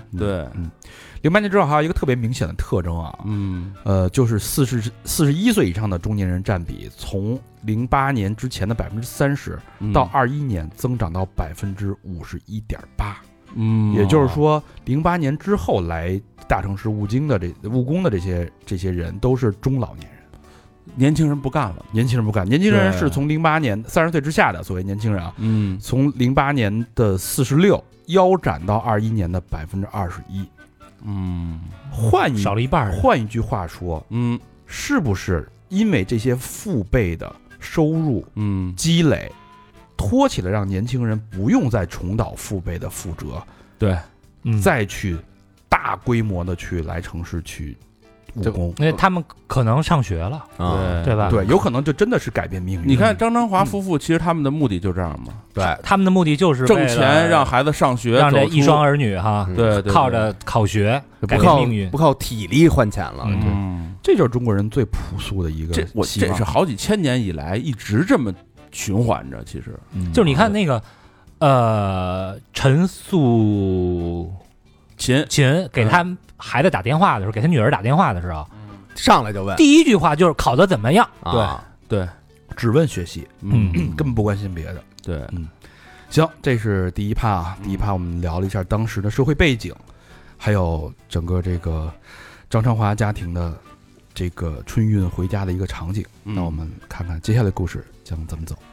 08年之后还有一个特别明显的特征啊，就是41岁以上的中年人占比从08年之前的30%到21年增长到51.8%。也就是说，08年之后来大城市务工的这些人都是中老年人。 年轻人不干了， 年轻人是从08年30岁之下的所谓年轻人啊，从08年的46腰斩到21年的21%， 少了一半。 换一句话说，是不是因为这些父辈的收入积累，托起了让年轻人不用再重蹈父辈的覆辙， 对， 再去大规模的去来城市去务工， 因为他们可能上学了，对吧？ 对，有可能就真的是改变命运。 你看张昌华夫妇，其实他们的目的就这样嘛， 对，他们的目的就是挣钱，让孩子上学， 让这一双儿女哈， 对， 靠着考学改变命运， 不靠体力换钱了。 这就是中国人最朴素的一个希望。 这是好几千年以来一直这么循环着。其实， 就是你看那个陈素琴给他孩子打电话的时候，给他女儿打电话的时候， 上来就问第一句话就是考得怎么样？ 对， 只问学习，根本不关心别的。 对， 行，这是第一趴啊。第一趴我们聊了一下当时的社会背景，还有整个这个张昌华家庭的这个春运回家的一个场景。那我们看看接下来的故事将怎么走。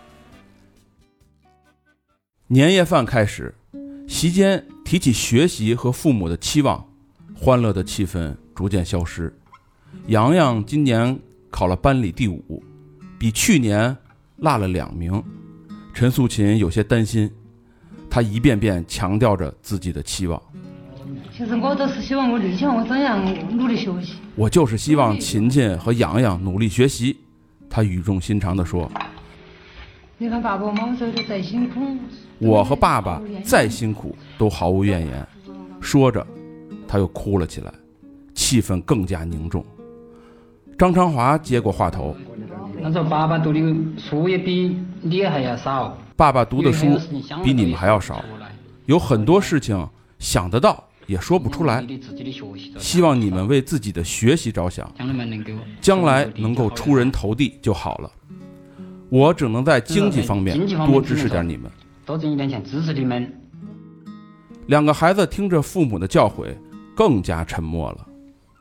年夜饭开始，席间提起学习和父母的期望，欢乐的气氛逐渐消失。洋洋今年考了班里第5，比去年落了2名。陈素琴有些担心，她一遍遍强调着自己的期望。 其实我都是希望我女儿我这样努力学习。 我就是希望琴琴和洋洋努力学习，她语重心长地说。 你看爸爸妈妈做的再辛苦， 我和爸爸再辛苦都毫无怨言。说着，他又哭了起来，气氛更加凝重。张昌华接过话头：“ 那时候爸爸读的书也比你还要少， 爸爸读的书比你们还要少，有很多事情想得到也说不出来。希望你们为自己的学习着想，将来能够出人头地就好了。我只能在经济方面多支持点你们， 多挣一点钱支持你们。” 2个孩子听着父母的教诲，更加沉默了。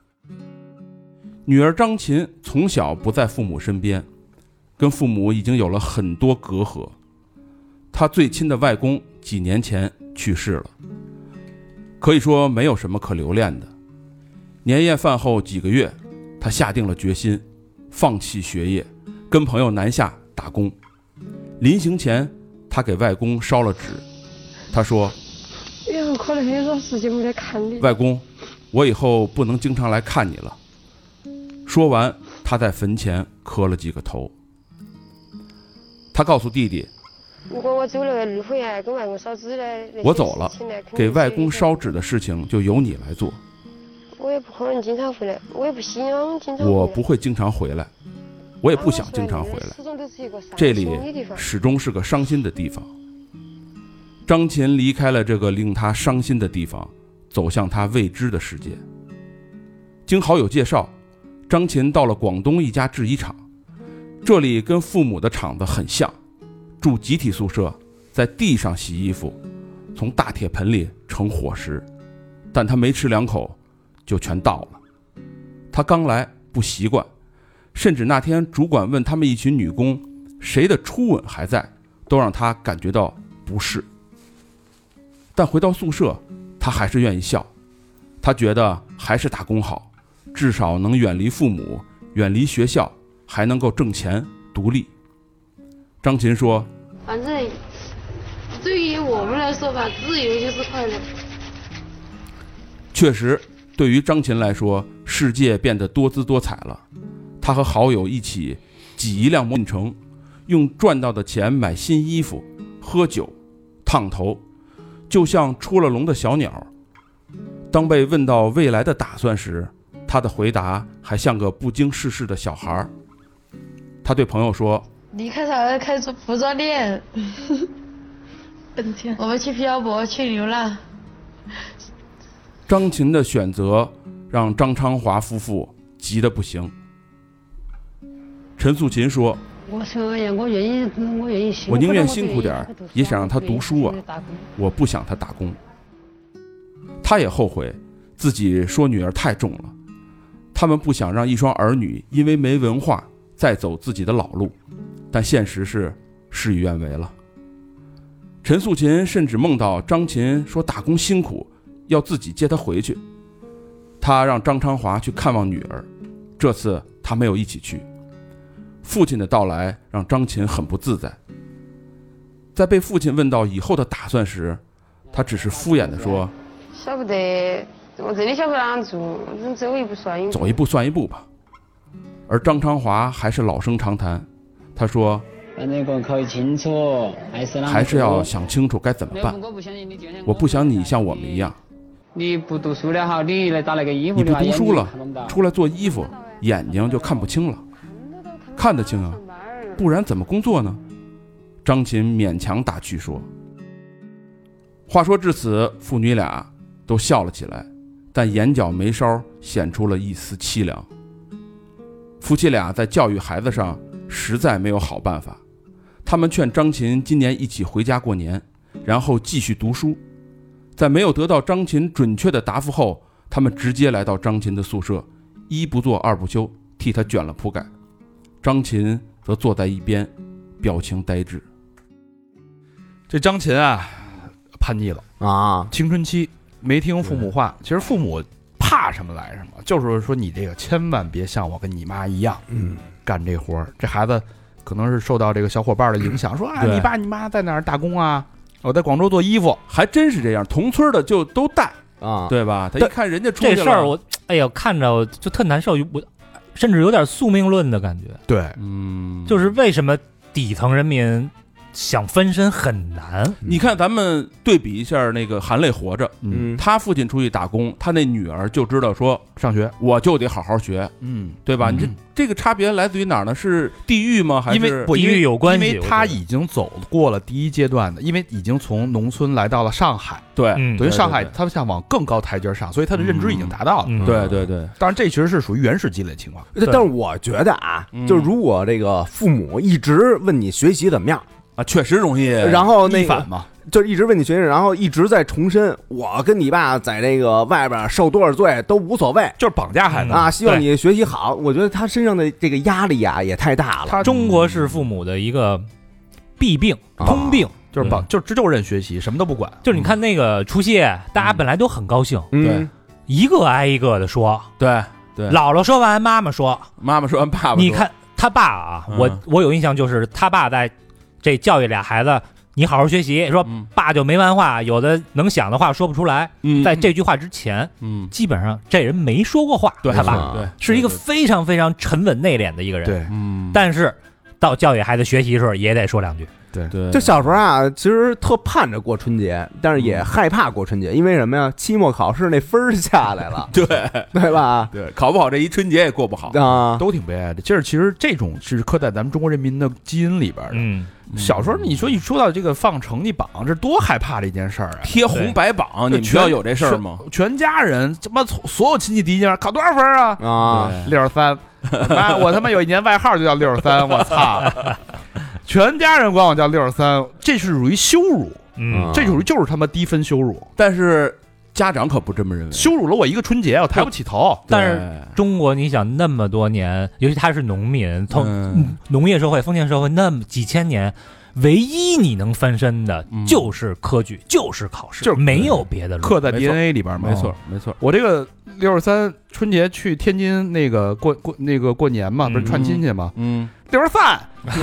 女儿张琴从小不在父母身边，跟父母已经有了很多隔阂。她最亲的外公几年前去世了，可以说没有什么可留恋的。年夜饭后几个月，她下定了决心，放弃学业，跟朋友南下打工。临行前，她给外公烧了纸，她说：“ 以后可能很多时间没得看你。 外公，我以后不能经常来看你了。”说完，他在坟前磕了几个头。他告诉弟弟：“ 如果我走了，日回来跟外公烧纸的， 我走了，给外公烧纸的事情就由你来做。 我也不可能经常回来，我也不希望经常回来。 我不会经常回来，我也不想经常回来。这里始终是个伤心的地方。”张琴离开了这个令他伤心的地方，走向他未知的世界。经好友介绍，张琴到了广东一家制衣厂，这里跟父母的厂子很像，住集体宿舍，在地上洗衣服，从大铁盆里盛伙食，但他没吃2口就全倒了。他刚来不习惯，甚至那天主管问他们一群女工谁的初吻还在，都让他感觉到不适。但回到宿舍，他还是愿意笑，他觉得还是打工好，至少能远离父母，远离学校，还能够挣钱独立。张琴说：“ 反正对于我们来说吧，自由就是快乐。” 确实，对于张琴来说，世界变得多姿多彩了。他和好友一起挤一辆摩进城，用赚到的钱买新衣服、喝酒、烫头，就像出了笼的小鸟。当被问到未来的打算时，他的回答还像个不经世事的小孩。他对朋友说：“ 离开他开始服装店，我们去漂泊，去流浪。” 张琴的选择让张昌华夫妇急得不行。陈素琴说：“ 我说呀，我愿意我宁愿辛苦点，也想让他读书啊！我不想他打工。”他也后悔自己说女儿太重了，他们不想让一双儿女因为没文化再走自己的老路，但现实是事与愿违了。陈素琴甚至梦到张琴说打工辛苦，要自己接她回去。他让张昌华去看望女儿，这次他没有一起去。父亲的到来让张琴很不自在。在被父亲问到以后的打算时，他只是敷衍地说：“ 晓不得，我真的晓不得啷做，走一步算一步。” 走一步算一步吧。而张昌华还是老生常谈，他说：“ 反正个考虑清楚， 还是要想清楚该怎么办。我不想你像我们一样。 你不读书了好，你来打那个衣服， 你不读书了，出来做衣服，眼睛就看不清了。看得清啊，不然怎么工作呢？”张琴勉强打趣说。话说至此，父女俩都笑了起来，但眼角眉梢显出了一丝凄凉。夫妻俩在教育孩子上实在没有好办法，他们劝张琴今年一起回家过年，然后继续读书。在没有得到张琴准确的答复后，他们直接来到张琴的宿舍，一不做二不休，替她卷了铺盖。张琴则坐在一边，表情呆滞。 这张琴啊，叛逆了啊， 青春期没听父母话。其实父母怕什么来什么，就是说你这个千万别像我跟你妈一样，干这活儿。这孩子可能是受到这个小伙伴的影响，说啊，你爸你妈在哪儿打工啊？我在广州做衣服。还真是这样，同村的就都带啊，对吧？他一看人家出去了， 这事儿我哎呀看着就特难受，我甚至有点宿命论的感觉。 对， 就是为什么底层人民想翻身很难。 你看咱们对比一下那个含泪活着，他父亲出去打工，他那女儿就知道说上学我就得好好学，对吧？你这个差别来自于哪儿呢？是地域吗？还是地域有关系？ 因为他已经走过了第一阶段的，因为已经从农村来到了上海， 对， 等于上海他想往更高台阶上，所以他的认知已经达到了。 对对对， 当然这其实是属于原始积累情况。 但是我觉得啊，就是如果这个父母一直问你学习怎么样啊，确实容易， 然后那反嘛， 就是一直问你学习，然后一直在重申我跟你爸在这个外边受多少罪都无所谓， 就是绑架孩子啊，希望你学习好。我觉得他身上的这个压力啊也太大了。 他中国式父母的一个弊病、通病， 就是就认学习，什么都不管。 就是你看那个除夕夜，大家本来都很高兴， 对， 一个挨一个的说， 对对， 姥姥说完，妈妈说， 妈妈说完，爸爸说。 你看他爸啊，我有印象，就是他爸在这教育俩孩子，你好好学习，说爸就没完话，有的能想的话说不出来。在这句话之前，基本上这人没说过话。 对， 他爸是一个非常非常沉稳内敛的一个人。 对， 但是到教育孩子学习的时候也得说两句。 对对， 就小时候啊，其实特盼着过春节，但是也害怕过春节，因为什么呀？期末考试那分儿下来了，对吧？ 对，考不好这一春节也过不好啊， 都挺悲哀的。其实这种是刻在咱们中国人民的基因里边的。小时候你说一说到这个放成绩榜，这多害怕的一件事儿啊！ 贴红白榜，你们学校有这事儿吗？ 全家人他妈所有亲戚第一件考多少分啊？63。妈，我他妈有一年外号就叫63，我操！全家人管我叫63，这是属于羞辱，这属于就是他妈低分羞辱。 但是家长可不这么认为， 羞辱了我一个春节，我抬不起头。 但是中国，你想那么多年，尤其他是农民，从农业社会、封建社会那么几千年，唯一你能翻身的就是科举，就是考试， 就是没有别的路， 刻在 DNA 里边嘛。 没错，没错。 我这个63春节去天津那个过年嘛，不是串亲戚嘛，63，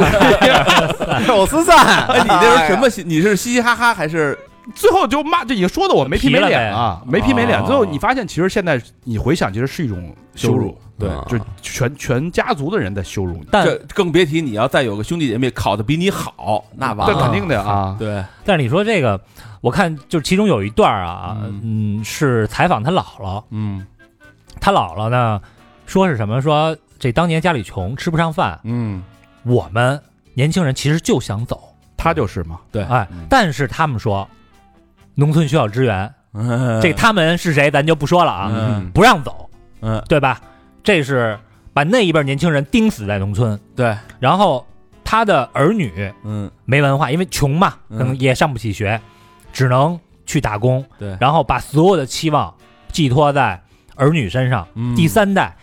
93， 你那是什么？你是嘻嘻哈哈还是？ 最后就骂，这已经说的我没皮没脸啊，没皮没脸。最后你发现，其实现在你回想，其实是一种羞辱， 对， 就全家族的人在羞辱你。 但更别提你要再有个兄弟姐妹考得比你好，那完了， 这肯定的啊。 对， 但是你说这个，我看就是其中有一段啊，是采访他姥姥，他姥姥呢说是什么？说这当年家里穷，吃不上饭，我们年轻人其实就想走， 他就是嘛， 对， 哎，但是他们说。农村需要支援，这他们是谁咱就不说了啊，不让走，对吧？这是把那一辈年轻人钉死在农村， 对。 然后他的儿女，没文化，因为穷嘛，可能也上不起学，只能去打工， 对。 然后把所有的期望寄托在儿女身上，第三代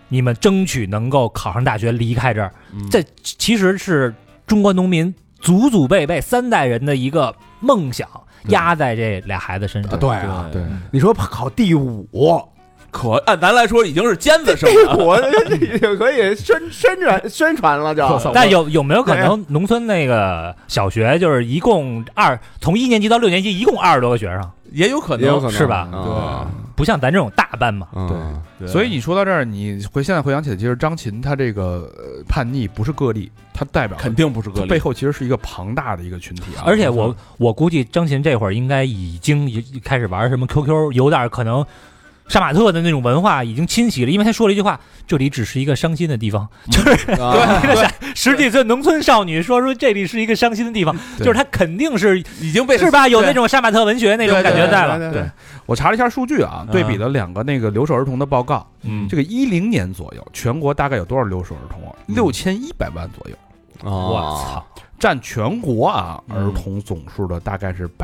你们争取能够考上大学，离开这儿。这其实是中国农民祖祖辈辈3代人的一个梦想，压在这俩孩子身上。 对啊，对，你说考第5。 可按咱来说已经是尖子生了， 我也可以宣传了就。 但有没有可能农村那个小学就是一共从1年级到6年级一共20多个学生？ 也有可能是吧？ 对， 不像咱这种大班嘛。 对，所以你说到这儿，你现在回想起来，其实张琴他这个叛逆不是个例，他代表肯定不是个例， 背后其实是一个庞大的一个群体啊。 而且我估计张琴这会儿应该已经开始玩什么 QQ， 有点可能。杀马特的那种文化已经侵袭了，因为他说了一句话：“这里只是一个伤心的地方。”就是对10几岁农村少女说这里是一个伤心的地方，就是他肯定是已经被是吧？有那种杀马特文学那种感觉在了。 对，我查了一下数据啊，对比了2个那个留守儿童的报告，这个10年左右，全国大概有多少留守儿童啊？6100万左右。 我操！ 占全国啊儿童总数的大概是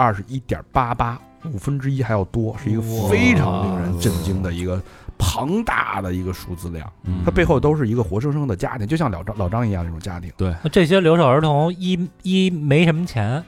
21.88%。1/5还要多，是一个非常令人震惊的一个庞大的一个数字量。它背后都是一个活生生的家庭，就像老张一样那种家庭。 对，这些留守儿童一没什么钱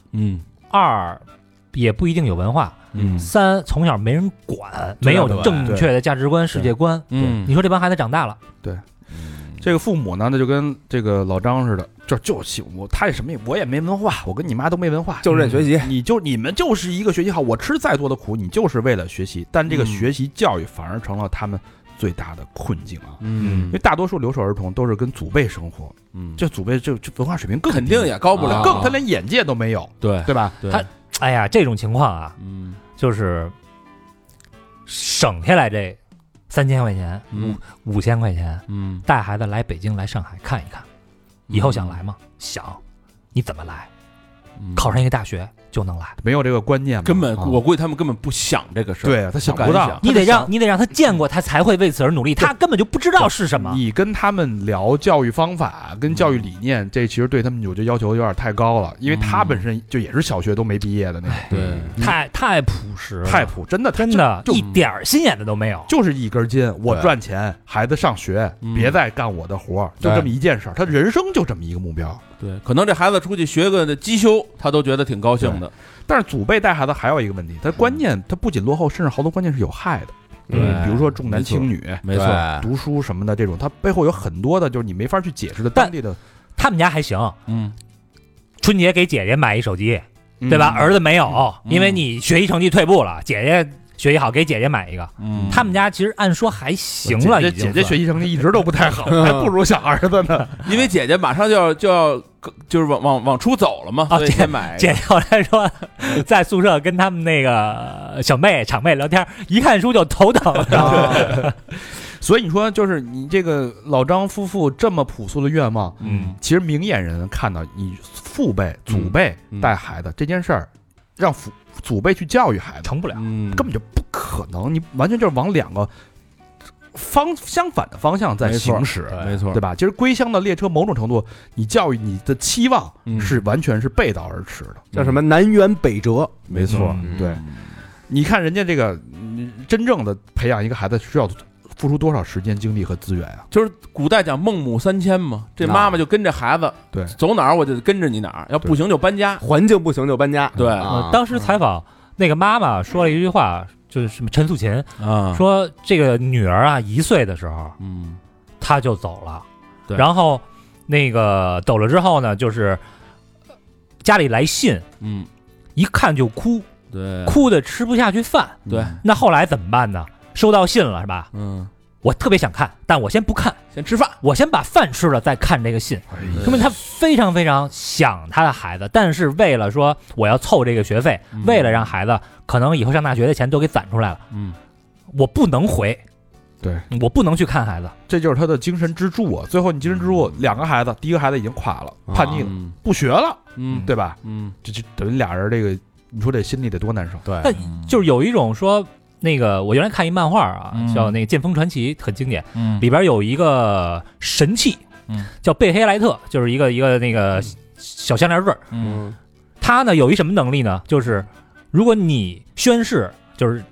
，2也不一定有文化，3从小没人管，没有正确的价值观、世界观。你说这帮孩子长大了， 对。这个父母呢，那就跟这个老张似的，就喜我，他也什么也我也没文化，我跟你妈都没文化， 就认学习。 你们就是一个学习好，我吃再多的苦，你就是为了学习。但这个学习教育反而成了他们最大的困境啊。因为大多数留守儿童都是跟祖辈生活，这祖辈这文化水平更肯定也高不了， 他连眼界都没有，对吧？ 他哎呀，这种情况啊，就是省下来这3000块钱，5000块钱，带孩子来北京、来上海看一看，以后想来吗？想，你怎么来？考上一个大学就能来， 没有这个观念， 根本我估计他们根本不想这个事儿， 对他想不到， 你得让他见过，他才会为此而努力，他根本就不知道是什么。 你跟他们聊教育方法、跟教育理念，这其实对他们我觉得要求有点太高了，因为他本身就也是小学都没毕业的那种， 对，太朴实了， 太朴，真的一点心眼子都没有， 就是一根筋，我赚钱，孩子上学，别再干我的活，就这么一件事儿，他人生就这么一个目标。 对，可能这孩子出去学个机修，他都觉得挺高兴的。 但是祖辈带孩子还有一个问题，他观念他不仅落后，甚至好多观念是有害的。 对， 比如说重男轻女， 没错， 读书什么的这种，它背后有很多的，就是你没法去解释的当地的。 他们家还行，春节给姐姐买一手机，对吧？儿子没有，因为你学习成绩退步了，姐姐学习好，给姐姐买一个。他们家其实按说还行了， 姐姐学习成绩一直都不太好，还不如小儿子呢。 因为姐姐马上就要就是往出走了嘛，所以先买。 姐姐后来说，在宿舍跟他们那个小妹场妹聊天，一看书就头疼。 所以你说，就是你这个老张夫妇这么朴素的愿望，其实明眼人看到你父辈、祖辈带孩子这件事儿，让祖辈去教育孩子， 成不了， 根本就不可能。你完全就是往2个相反的方向在行驶， 没错， 对吧？其实归乡的列车，某种程度，你教育你的期望是完全是背道而驰的， 叫什么南辕北辙？ 没错，对。你看人家这个真正的培养一个孩子需要付出多少时间、精力和资源啊？ 就是古代讲孟母3000嘛，这妈妈就跟着孩子， 对， 走哪儿我就跟着你哪儿，要不行就搬家， 环境不行就搬家。 对， 当时采访那个妈妈说了一句话，就是什么陈素琴说这个女儿啊1岁的时候，她就走了， 对， 然后那个走了之后呢，就是家里来信，一看就哭， 对， 哭的吃不下去饭， 对， 那后来怎么办呢？收到信了是吧？我特别想看，但我先不看， 先吃饭， 我先把饭吃了再看这个信。说明他非常非常想他的孩子，但是为了说我要凑这个学费，为了让孩子可能以后上大学的钱都给攒出来了，我不能回， 对， 我不能去看孩子， 这就是他的精神支柱啊。最后你精神支柱2个孩子，第一个孩子已经垮了，叛逆了，不学了，对吧？这就等于俩人这个，你说这心里得多难受？ 对， 但就是有一种说。那个我原来看一漫画啊，叫那个《剑锋传奇》，很经典。里边有一个神器，叫贝黑莱特，就是一个那个小项链坠。他呢有一什么能力呢？就是如果你宣誓，就是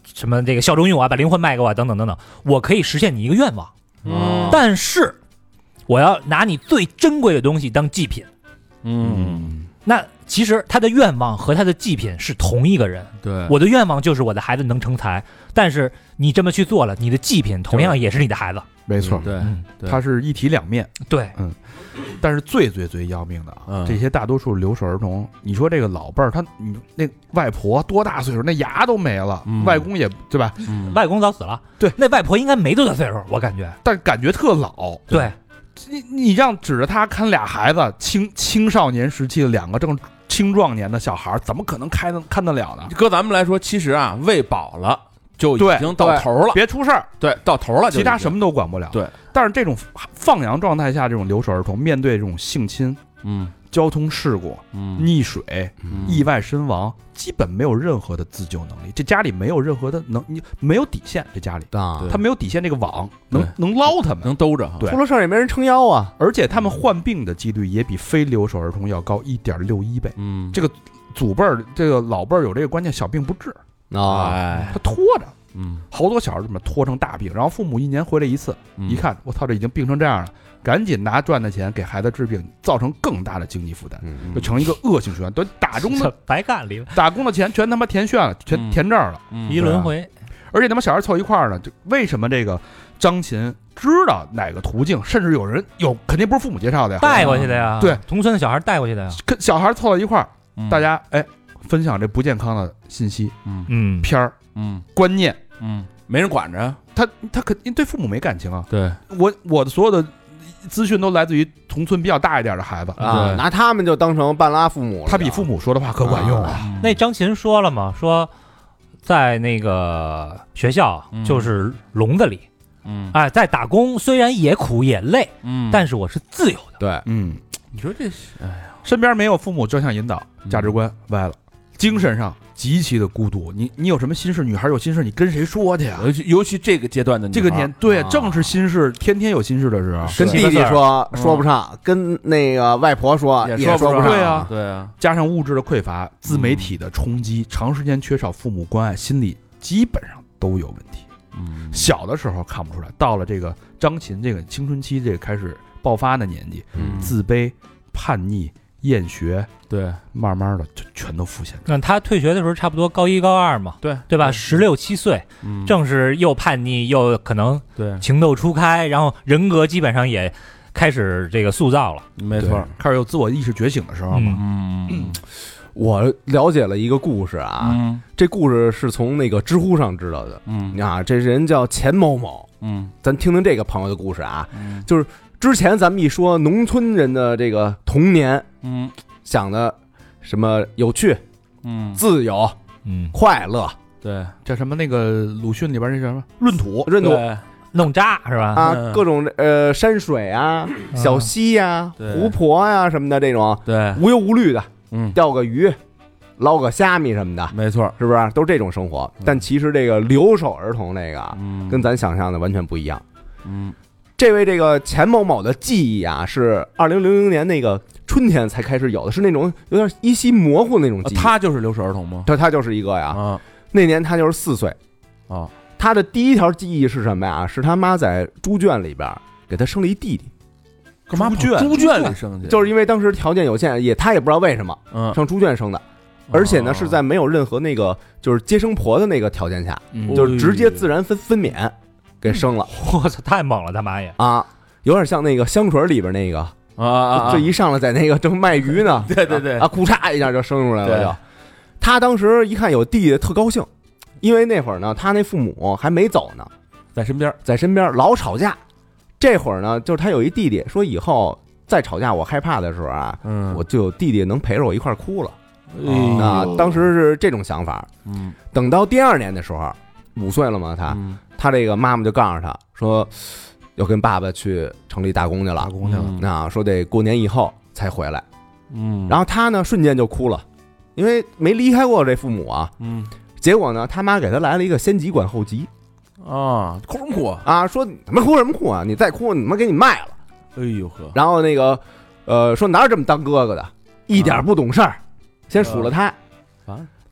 什么这个效忠于我，把灵魂卖给我，等等等等，我可以实现你一个愿望，但是我要拿你最珍贵的东西当祭品。那其实他的愿望和他的祭品是同一个人。 对， 我的愿望就是我的孩子能成才，但是你这么去做了，你的祭品同样也是你的孩子。 没错， 对， 它是一体两面。 对， 但是最要命的这些大多数留守儿童，你说这个老辈儿，你那外婆多大岁数，那牙都没了，外公也对吧？ 外公早死了， 对， 那外婆应该没多大岁数，我感觉， 但感觉特老。 对。 你让指着他看俩孩子，青少年时期的两个正青壮年的小孩，怎么可能看得了呢？ 搁咱们来说，其实啊，喂饱了就已经到头了， 别出事儿， 对，到头了， 其他什么都管不了。 对， 但是这种放养状态下，这种留守儿童面对这种性侵，交通事故、溺水、意外身亡，基本没有任何的自救能力。这家里没有任何的没有底线，这家里他没有底线，这个网能捞他们， 能兜着。 对， 出了事儿也没人撑腰啊。 而且他们患病的几率也比非留守儿童要高1.61倍。这个祖辈儿，这个老辈儿有这个观念，小病不治啊， 他拖着。好多小孩这么拖成大病，然后父母1年回来一次，一看我操，这已经病成这样了，赶紧拿赚的钱给孩子治病，造成更大的经济负担，就成一个恶性循环。都打工的白干里， 打工的钱全他妈填炫了，全填这儿了， 一轮回。 而且他妈小孩凑一块儿呢，就为什么这个张琴知道哪个途径，甚至肯定不是父母介绍的呀， 带过去的呀， 对， 同村的小孩带过去的呀， 跟小孩凑到一块儿，大家分享这不健康的信息，片儿，观念， 没人管着他肯定对父母没感情啊。 对， 我的所有的资讯都来自于同村比较大一点的孩子啊，拿他们就当成半拉父母了。 他比父母说的话可管用啊。 那张琴说了嘛，说在那个学校就是笼子里，在打工虽然也苦也累，但是我是自由的。 对， 你说这，哎呀， 身边没有父母正向引导，价值观歪了，精神上极其的孤独。你有什么心事，女孩有心事，你跟谁说去呀？ 尤其这个阶段的这个年，对，正是心事，天天有心事的时候， 跟弟弟说不上，跟那个外婆说也说不上。 对啊，加上物质的匮乏，自媒体的冲击，长时间缺少父母关爱，心理基本上都有问题。小的时候看不出来，到了这个张琴这个青春期这个开始爆发的年纪，自卑、叛逆、厌学， 对， 慢慢的就全都浮现。 那他退学的时候差不多高1高2嘛，对吧？16、17岁，正是又叛逆又可能情窦初开，然后人格基本上也开始这个塑造了。 没错， 开始有自我意识觉醒的时候嘛。 我了解了一个故事啊，这故事是从那个知乎上知道的。这人叫钱某某。咱听听这个朋友的故事啊，就是之前咱们一说农村人的这个童年，想的什么有趣，自由，快乐， 对， 叫什么那个鲁迅里边那什么闰土， 弄渣是吧？ 啊，各种山水啊、小溪呀、湖泊呀什么的这种， 对， 无忧无虑的。钓个鱼，捞个虾米什么的， 没错， 是不是都是这种生活？但其实这个留守儿童那个，跟咱想象的完全不一样。这位这个钱某某的记忆啊，是2000年那个春天才开始有的，是那种有点依稀模糊的那种记忆。 他就是留守儿童吗？ 他就是一个呀。那年他就是4岁啊。 他的第一条记忆是什么呀？是他妈在猪圈里边给他生了一弟弟。 干嘛猪圈里生去？ 就是因为当时条件有限，他也不知道为什么，上猪圈生的，而且呢是在没有任何那个就是接生婆的那个条件下，就是直接自然分娩给生了。 我操，太猛了，他妈也啊，有点像那个香水里边那个这一上来在那个正卖鱼呢， 对咕嚓一下就生出来了就。他当时一看有弟弟特高兴，因为那会儿呢他那父母还没走呢，在身边老吵架。这会儿呢，就是他有一弟弟，说以后再吵架我害怕的时候啊，我就有弟弟能陪着我一块哭了。当时是这种想法。等到第2年的时候，5岁了嘛，他这个妈妈就告诉他说，要跟爸爸去城里打工去了。那说得过年以后才回来。然后他呢瞬间就哭了，因为没离开过这父母啊。结果呢，他妈给他来了一个先急管后急。 哭什么哭啊？说你他妈哭什么哭啊？你再哭，你他妈给你卖了！ 哎呦呵！ 然后那个，说哪有这么当哥哥的，一点不懂事儿，先数了他，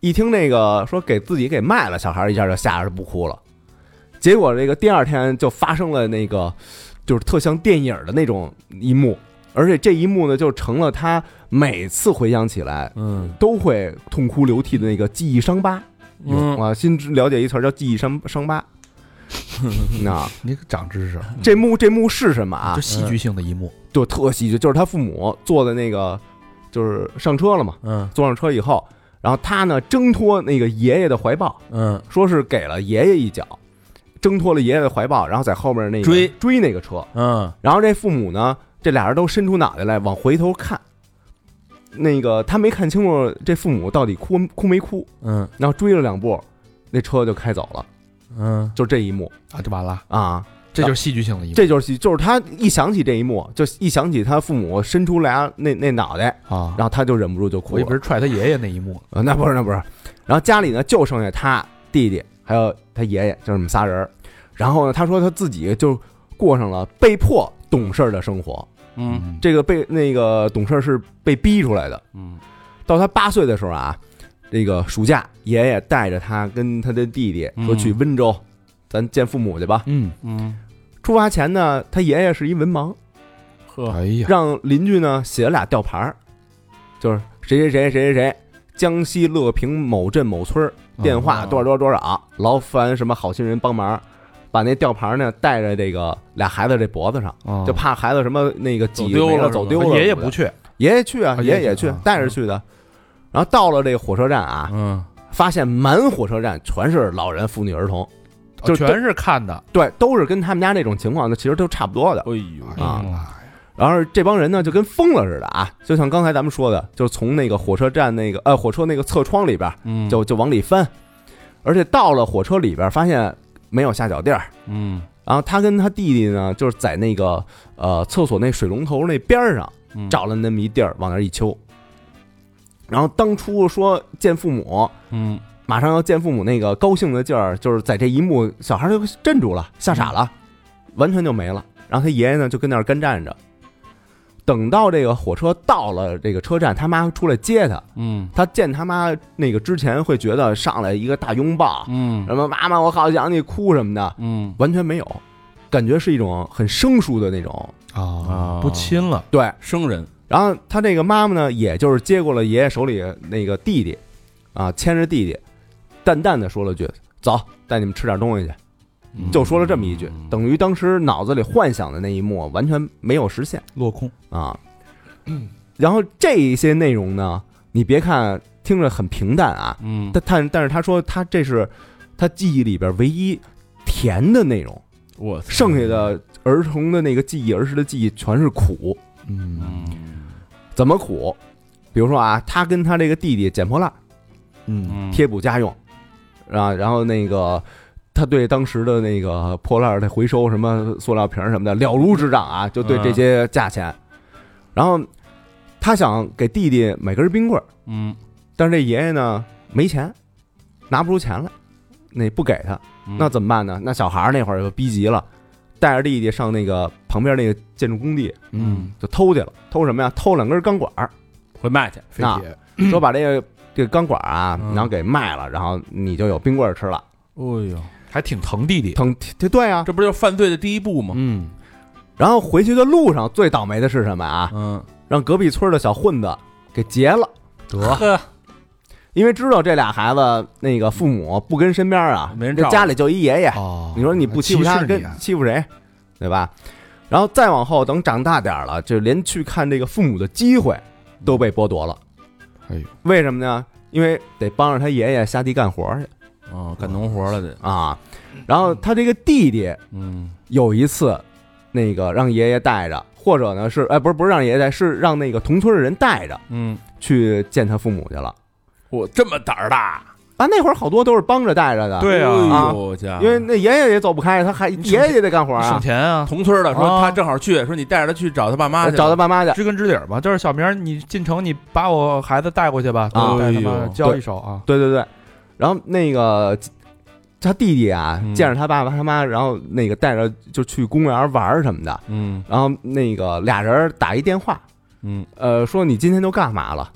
一听那个说给自己给卖了，小孩一下就吓着不哭了。结果这个第二天就发生了那个就是特像电影的那种一幕，而且这一幕呢就成了他每次回想起来都会痛哭流涕的那个记忆伤疤。啊，新了解一词叫记忆伤疤。那你长知识， 这幕是什么啊？ 就戏剧性的一幕， 就特戏剧，就是他父母坐的那个，就是上车了嘛，坐上车以后，然后他呢挣脱那个爷爷的怀抱，说是给了爷爷一脚，挣脱了爷爷的怀抱，然后在后面那个追那个车，然后这父母呢，这俩人都伸出脑袋来往回头看，那个他没看清楚这父母到底哭没哭，然后追了2步，那车就开走了。就这一幕啊，就完了啊！ 这就是戏剧性的一幕， 这就是他一想起这一幕，就一想起他父母伸出来那脑袋啊， 然后他就忍不住就哭了。 我以为是踹他爷爷那一幕， 那不是。然后家里呢就剩下他弟弟还有他爷爷，就这么仨人。然后呢，他说他自己就过上了被迫懂事的生活。这个那个懂事是被逼出来的。到他8岁的时候啊。这个暑假，爷爷带着他跟他的弟弟说去温州，咱见父母去吧。出发前呢，他爷爷是一文盲， 哎呀， 让邻居呢写了俩吊牌，就是谁，江西乐平某镇某村，电话多少，劳烦什么好心人帮忙，把那吊牌呢带着这个俩孩子这脖子上，就怕孩子什么那个挤没了走丢了。 爷爷不去， 爷爷去啊，爷爷也去，带着去的。然后到了这个火车站啊，发现满火车站全是老人、妇女、儿童， 就全是看的， 对，都是跟他们家那种情况的，其实都差不多的。 哎呦啊！然后这帮人呢就跟疯了似的啊，就像刚才咱们说的，就从那个火车站那个火车那个侧窗里边，就往里翻，而且到了火车里边发现没有下脚地儿，然后他跟他弟弟呢就是在那个厕所那水龙头那边上找了那么一地儿，往那一揪。然后当初说见父母，马上要见父母那个高兴的劲儿，就是在这一幕，小孩就镇住了，吓傻了，完全就没了。然后他爷爷呢就跟那儿干站着，等到这个火车到了这个车站，他妈出来接他，他见他妈那个之前会觉得上来一个大拥抱，什么妈妈我好想你哭什么的，完全没有，感觉是一种很生疏的那种不亲了， 对， 生人。 然后他这个妈妈呢，也就是接过了爷爷手里那个弟弟，牵着弟弟，淡淡的说了句：“走，带你们吃点东西去。”就说了这么一句，等于当时脑子里幻想的那一幕完全没有实现， 落空啊。然后这一些内容呢，你别看听着很平淡啊，但是他说他这是他记忆里边唯一甜的内容，剩下的儿童的那个记忆，儿时的记忆全是苦。怎么苦？比如说啊，他跟他这个弟弟捡破烂，贴补家用，然后那个他对当时的那个破烂的回收，什么塑料瓶什么的了如指掌啊，就对这些价钱。然后他想给弟弟买根冰棍，但是这爷爷呢没钱，拿不出钱来，那不给他，那怎么办呢？那小孩那会儿就逼急了。带着弟弟上那个旁边那个建筑工地，就偷去了。偷什么呀？偷2根钢管， 回卖去。 废铁，说把这个钢管啊，然后给卖了，然后你就有冰棍吃了。 哎呦， 还挺疼弟弟， 对啊， 这不就是犯罪的第一步吗？ 然后回去的路上最倒霉的是什么啊？让隔壁村的小混子给劫了。 得。 因为知道这俩孩子那个父母不跟身边啊， 没人照顾， 家里就一爷爷，你说你不欺负他，跟欺负谁，对吧？然后再往后，等长大点了，就连去看这个父母的机会都被剥夺了。 哎呦， 为什么呢？因为得帮着他爷爷下地干活去， 干农活了得啊。然后他这个弟弟，有一次那个让爷爷带着，或者呢是不是让爷爷带，是让那个同村的人带着，去见他父母去了。 我这么胆儿大啊！那会儿好多都是帮着带着的， 对啊，因为那爷爷也走不开，他还爷爷也得干活啊， 省钱啊。 同村的说他正好去，说你带着他去找他爸妈去， 找他爸妈去， 知根知底嘛。就是小明，你进城，你把我孩子带过去吧，带他妈教一手啊。 对。然后那个他弟弟啊，见着他爸爸他妈，然后那个带着就去公园玩什么的，然后那个俩人打一电话，说你今天都干嘛了？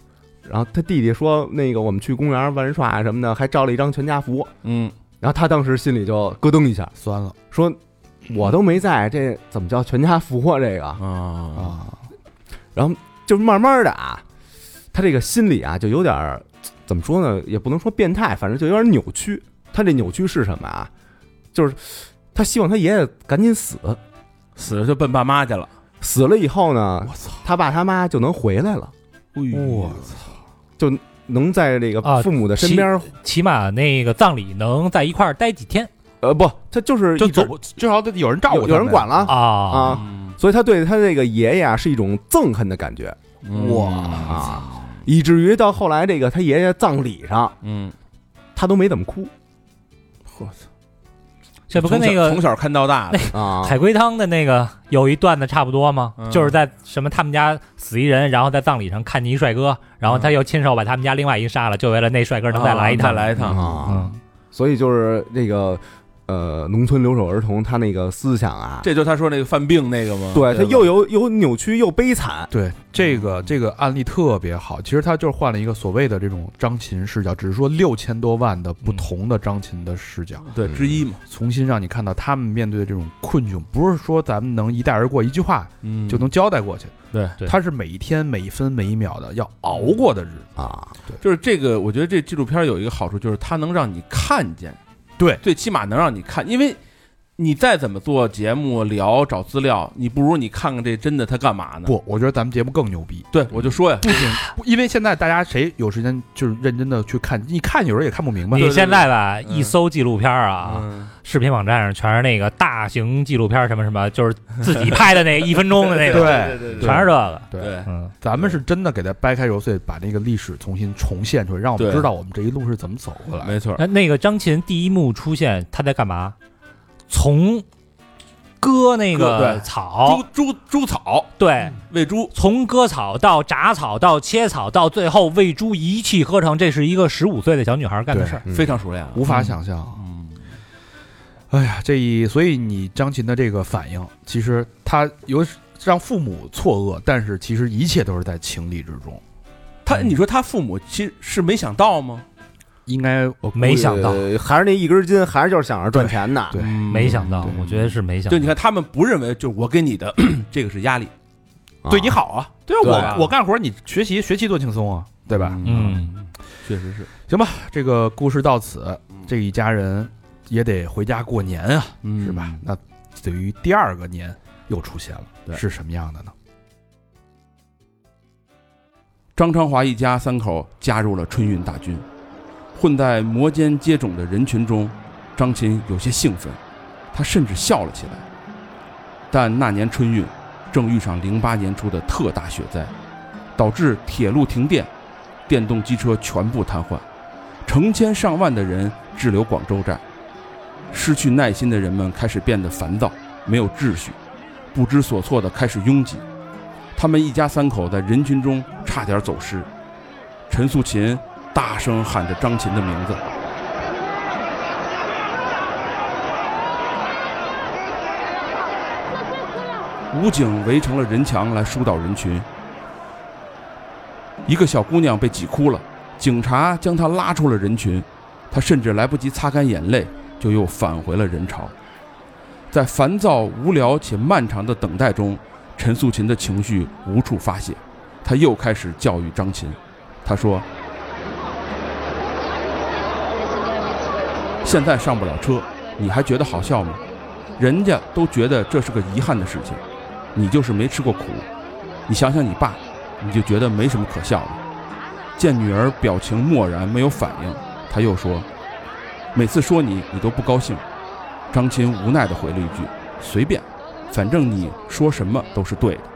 然后他弟弟说那个我们去公园玩耍什么的，还照了一张全家福。然后他当时心里就咯噔一下， 酸了， 说我都没在，这怎么叫全家福啊？这个然后就慢慢的啊，他这个心里啊就有点怎么说呢，也不能说变态，反正就有点扭曲。他这扭曲是什么啊？就是他希望他爷爷赶紧死了就奔爸妈去了。 死了以后呢，他爸他妈就能回来了。 我操， 就能在这个父母的身边， 起码那个葬礼能在一块儿待几天。 不，他就是走，至少得有人照顾， 有人管了啊。 所以他对他这个爷爷啊是一种憎恨的感觉。哇以至于到后来这个他爷爷葬礼上，他都没怎么哭。 我操！ 这不跟那个从小看到大的海龟汤的那个有一段子差不多吗？就是在什么他们家死一人，然后在葬礼上看见一帅哥，然后他又亲手把他们家另外一杀了，就为了那帅哥能再来一趟。 所以就是这个农村留守儿童他那个思想啊， 这就他说那个犯病那个吗？ 对，他又有扭曲又悲惨。 对，这个案例特别好。其实他就是换了一个所谓的这种张琴视角，只是说6000多万的不同的张琴的视角， 对之一嘛， 重新让你看到他们面对的这种困窘，不是说咱们能一带而过，一句话就能交代过去。 对， 他是每一天每一分每一秒的要熬过的日子啊。 对， 就是这个，我觉得这纪录片有一个好处，就是它能让你看见。对，最起码能让你看，因为你再怎么做节目聊找资料，你不如你看看这真的他干嘛呢？ 不，我觉得咱们节目更牛逼。 对，我就说呀， 不行，因为现在大家谁有时间就是认真的去看，你看有时候也看不明白。 你现在吧，一搜纪录片啊，视频网站上全是那个大型纪录片，什么什么，就是自己拍的那1分钟的那个， 对， 全是这个。 对，咱们是真的给它掰开揉碎，把那个历史重新重现出来，让我们知道我们这一路是怎么走过来。 没错。 那个张琴第一幕出现，他在干嘛？从割那个草， 猪草， 对， 喂猪， 从割草到铡草到切草，到最后喂猪，一气呵成，这是一个15岁的小女孩干的事儿， 非常熟练， 无法想象。哎呀，所以你张琴的这个反应，其实他有让父母错愕，但是其实一切都是在情理之中。 你说他父母其实是没想到吗？ 应该没想到， 还是那一根筋，还是就是想着赚钱的。 对， 没想到，我觉得是没想到。 就你看，他们不认为，就我给你的这个是压力， 对你好啊，对啊，我干活你学习多轻松啊，对吧？ 确实是。 行吧，这个故事到此，这一家人也得回家过年啊，是吧？那等于第2个年又出现了，是什么样的呢？ 张昌华一家3口加入了春运大军。混在摩肩接踵的人群中，张琴有些兴奋，他甚至笑了起来。但那年春运正遇上08年初的特大雪灾，导致铁路停电，电动机车全部瘫痪，成千上万的人滞留广州站。失去耐心的人们开始变得烦躁，没有秩序，不知所措地开始拥挤。他们一家3口在人群中差点走失。陈素琴大声喊着张琴的名字，武警围成了人墙来疏导人群。一个小姑娘被挤哭了，警察将她拉出了人群，她甚至来不及擦干眼泪，就又返回了人潮。在烦躁、无聊且漫长的等待中，陈素琴的情绪无处发泄，她又开始教育张琴。她说，现在上不了车，你还觉得好笑吗？人家都觉得这是个遗憾的事情，你就是没吃过苦。你想想你爸，你就觉得没什么可笑的。见女儿表情漠然，没有反应，他又说，每次说你都不高兴。张琴无奈地回了一句，随便，反正你说什么都是对的。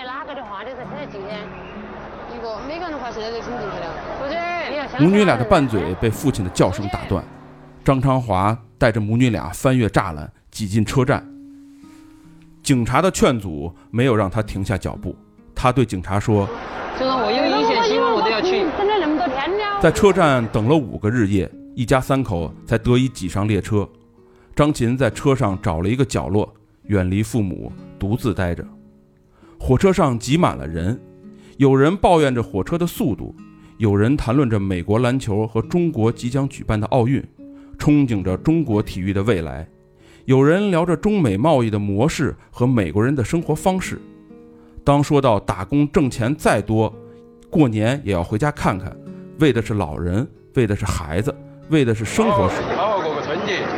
母女俩的拌嘴被父亲的叫声打断。张昌华带着母女俩翻越栅栏，挤进车站。警察的劝阻没有让他停下脚步，他对警察说：“ 就算我有一线希望，我都要去。” 在车站等了5个日夜，一家3口才得以挤上列车。张琴在车上找了一个角落，远离父母，独自待着。火车上挤满了人，有人抱怨着火车的速度， 有人谈论着美国篮球和中国即将举办的奥运，憧憬着中国体育的未来；有人聊着中美贸易的模式和美国人的生活方式。当说到打工挣钱再多，过年也要回家看看，为的是老人，为的是孩子，为的是生活时。 好好过个春节，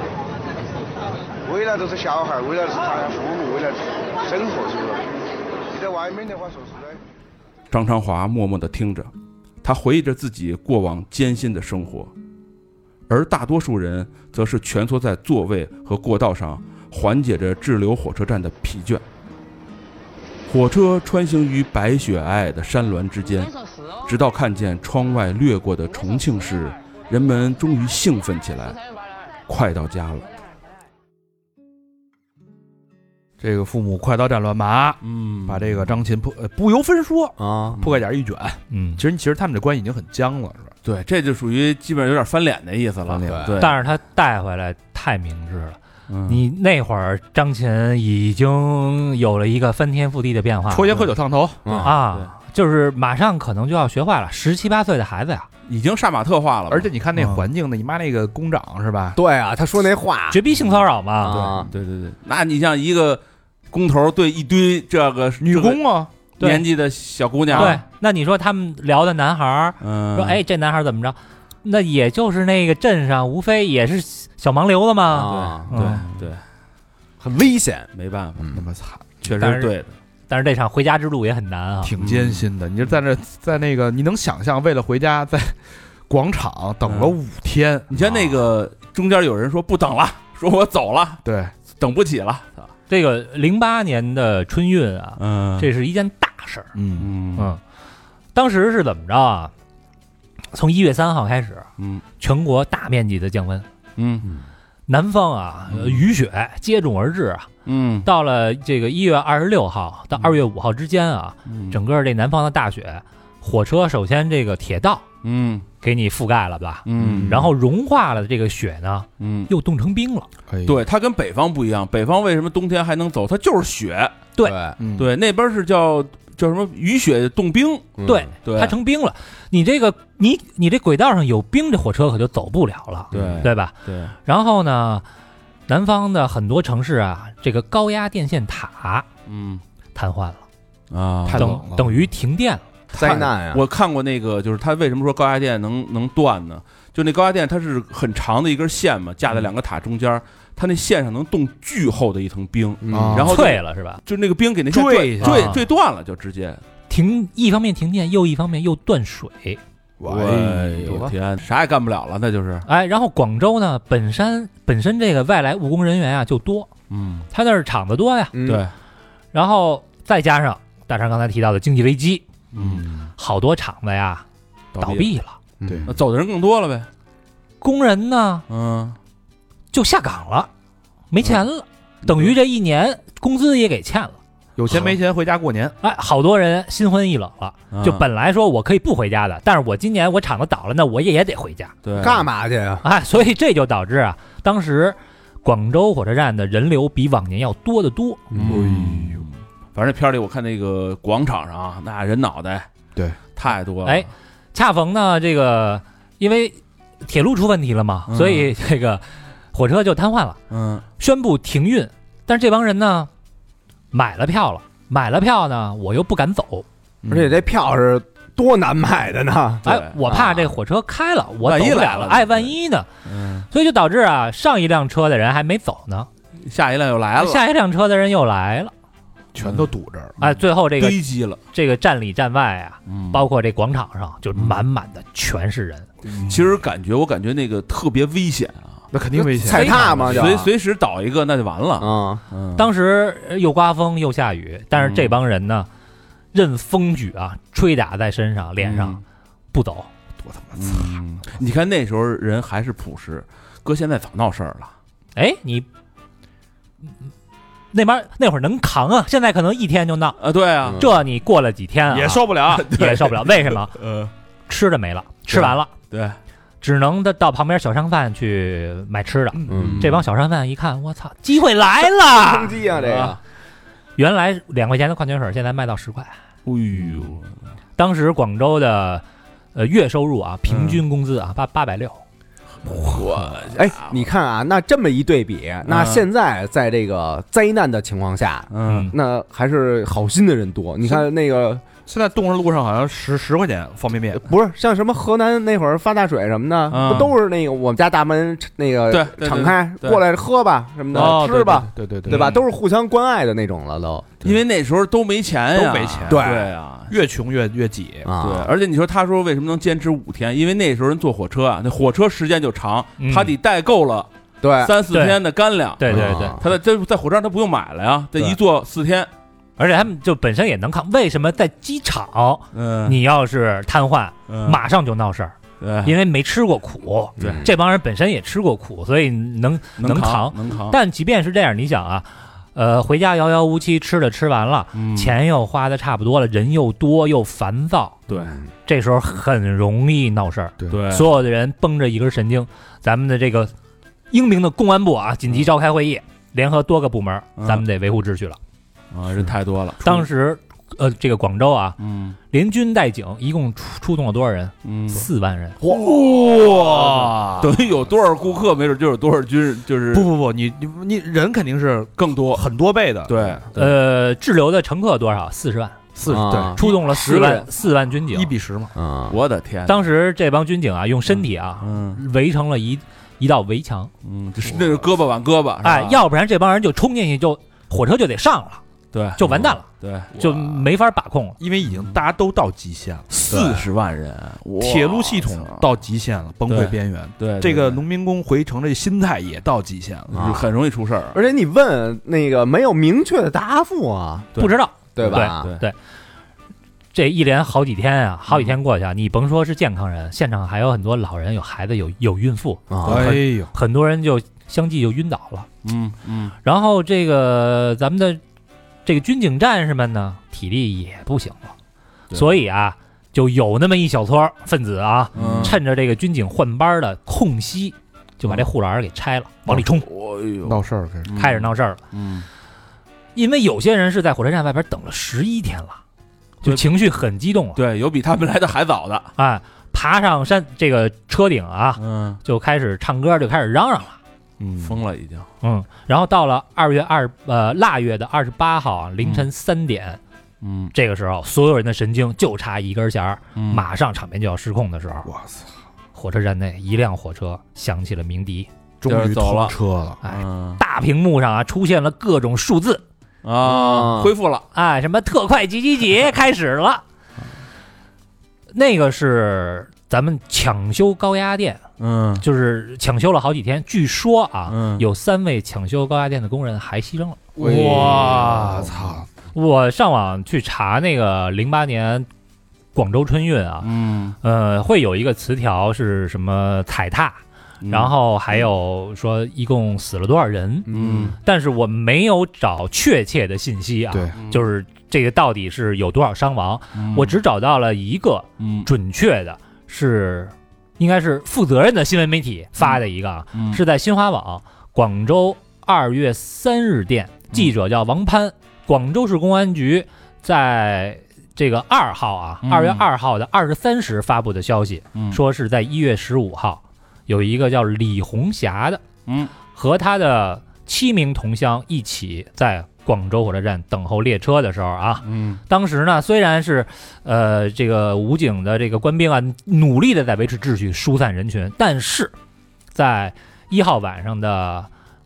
为了都是小孩，为了是他父母，为了生活，是不是？你在外面的话，说实在。 张长华默默地听着，他回忆着自己过往艰辛的生活，而大多数人则是蜷缩在座位和过道上，缓解着滞留火车站的疲倦。火车穿行于白雪皑皑的山峦之间，直到看见窗外掠过的重庆市，人们终于兴奋起来，快到家了。 这个父母快刀斩乱麻，把这个张琴不由分说啊，铺盖点一卷，其实他们这关系已经很僵了，是吧？ 对，这就属于基本上有点翻脸的意思了。对， 但是他带回来太明智了。你那会儿张琴已经有了一个翻天覆地的变化， 抽烟喝酒烫头啊，就是马上可能就要学坏了，17、18岁的孩子呀， 已经杀马特化了。 而且你看那环境呢，你妈那个工长是吧？ 对啊，他说那话绝逼性骚扰嘛。 对，那你像一个工头对一堆这个女工啊， 年纪的小姑娘， 对，那你说他们聊的男孩，说哎这男孩怎么着？那也就是那个镇上，无非也是小盲流子嘛。 对， 很危险， 没办法， 那么惨， 确实是对的。 但是这场回家之路也很难啊， 挺艰辛的。你就在那个，你能想象为了回家在广场等了5天？ 你像那个中间有人说不等了，说我走了， 对， 等不起了。 这个08年的春运啊，这是一件大事儿。当时是怎么着啊？从1月3号开始，全国大面积的降温，南方啊，雨雪接踵而至啊，到了这个1月26号到2月5号之间啊，整个这南方的大雪，火车首先这个铁道，给你覆盖了吧，然后融化了的这个雪呢，又冻成冰了。 对，它跟北方不一样，北方为什么冬天还能走？它就是雪。 对， 那边是叫什么雨雪冻冰， 对，它成冰了。你这个你这轨道上有冰，这火车可就走不了了，对吧？ 对。 然后呢，南方的很多城市啊，这个高压电线塔瘫痪了啊， 等于停电了， 灾难啊！ 我看过那个，就是它为什么说高压电能断呢？就那高压电它是很长的一根线嘛，架在2个塔中间。它那线上能冻巨厚的一层冰，然后脆了是吧？ 就那个冰给那坠断了，就直接一方面停电，一方面又断水。 哎呦天，啥也干不了了，那就是。 然后广州呢，本身这个外来务工人员啊就多，他那儿厂子多呀， 对。 然后再加上大肠刚才提到的经济危机，好多厂子呀倒闭了， 对，走的人更多了呗。 工人呢，就下岗了，没钱了，等于这1年工资也给欠了。 有钱没钱回家过年， 好多人心灰意冷了。就本来说我可以不回家的，但是我今年我厂子倒了，那我也得回家。 对， 干嘛去啊？ 所以这就导致啊，当时广州火车站的人流比往年要多得多。 反正片里我看那个广场上啊，那人脑袋对太多了。 恰逢呢这个因为铁路出问题了嘛，所以这个火车就瘫痪了，宣布停运。但是这帮人呢，买了票呢，我又不敢走， 而且这票是多难买的呢。 我怕这火车开了，我走不了了。万一呢？所以就导致啊，上一辆车的人还没走呢， 下一辆又来了， 下一辆车的人又来了， 全都堵这儿了。 最后这个堆积了， 这个站里站外啊，包括这广场上，就满满的全是人。 其实我感觉那个特别危险啊。 那肯定危险， 踩踏嘛， 随时倒一个那就完了。 当时又刮风又下雨，但是这帮人呢，任风雨啊吹打在身上脸上，不走， 多他妈惨！ 你看那时候人还是朴实，搁现在早闹事儿了。 你那会儿能扛啊，现在可能1天就闹啊。对啊， 这你过了几天啊也受不了， 也受不了。为什么？吃的没了，吃完了， 对。 只能到旁边小商贩去买吃的。这帮小商贩一看，我操，机会来了！ 冲击啊！这个原来2块钱的矿泉水，现在卖到10块。 哎呦！ 当时广州的月收入啊，平均工资啊860。 哎，你看啊，那这么一对比，那现在在这个灾难的情况下，那还是好心的人多。你看那个。 现在动物路上好像10块钱方便面， 不是像什么河南那会儿发大水什么的，不都是那个我们家大门那个敞开过来喝吧什么的，吃吧，对吧？都是互相关爱的那种了都。 因为那时候都没钱呀， 都没钱， 对啊， 越穷越挤啊。 对，而且你说他说为什么能坚持5天？因为那时候人坐火车啊，那火车时间就长，他得带够了对 3-4天的干粮。 对， 他在火车上他不用买了呀，这一坐4天。 而且他们就本身也能抗。为什么在机场，你要是瘫痪，马上就闹事儿？因为没吃过苦。 对， 这帮人本身也吃过苦，所以能扛。但即便是这样，你想啊，回家遥遥无期，吃的吃完了，钱又花的差不多了，人又多又烦躁， 对， 这时候很容易闹事儿。 对， 所有的人绷着一根神经，咱们的这个英明的公安部啊，紧急召开会议，联合多个部门，咱们得维护秩序了。 人太多了。 当时，这个广州啊，连军带警一共出动了多少人？4万人。 哇！等于有多少顾客，没准就有多少军，就是不，你人肯定是更多很多倍的。 对， 滞留的乘客多少？40万。 对， 出动了4万军警 ，1比10嘛。 我的天！ 当时这帮军警啊，用身体啊，围成了一道围墙。 就是那个胳膊挽胳膊。 哎，要不然这帮人就冲进去，就火车就得上了。 对， 就完蛋了， 对， 就没法把控了， 因为已经大家都到极限了 ，40万人， 铁路系统到极限了，崩溃边缘。 对， 这个农民工回城这心态也到极限了， 很容易出事儿。 而且你问那个没有明确的答复啊， 不知道， 对吧？ 对，这一连好几天啊，好几天过去啊，你甭说是健康人，现场还有很多老人、有孩子、有孕妇， 哎呦， 很多人就相继就晕倒了。然后这个咱们的。这个军警战士们呢，体力也不行了，所以啊，就有那么一小撮分子啊，趁着这个军警换班的空隙，就把这护栏给拆了，往里冲， 闹事儿开始闹事儿了。因为有些人是在火车站外边等了11天了，就情绪很激动了。 对，有比他们来的还早的， 哎，爬上这个车顶啊，就开始唱歌，就开始嚷嚷了。 疯了已经。 然后到了腊月的28号啊，凌晨3点，这个时候所有人的神经就差一根弦，马上场面就要失控的时候，哇塞！火车站内一辆火车响起了鸣笛， 终于走了车了。 哎，大屏幕上啊出现了各种数字啊，恢复了。 哎，什么特快几几几开始了。那个是咱们抢修高压电。就是抢修了好几天，据说啊，有3位抢修高压电的工人还牺牲了。 哇操！ 我上网去查那个08年广州春运啊，会有一个词条是什么踩踏，然后还有说一共死了多少人，但是我没有找确切的信息啊， 对， 就是这个到底是有多少伤亡，我只找到了一个准确的是。应该是负责任的新闻媒体发的一个是在新华网广州2月3日电，记者叫王潘，广州市公安局在这个2号啊，2月2号的23时发布的消息，说是在1月15号，有一个叫李红霞的，和他的7名同乡一起在广州火车站等候列车的时候啊，当时呢虽然是这个武警的这个官兵啊努力的在维持秩序疏散人群，但是在1号晚上的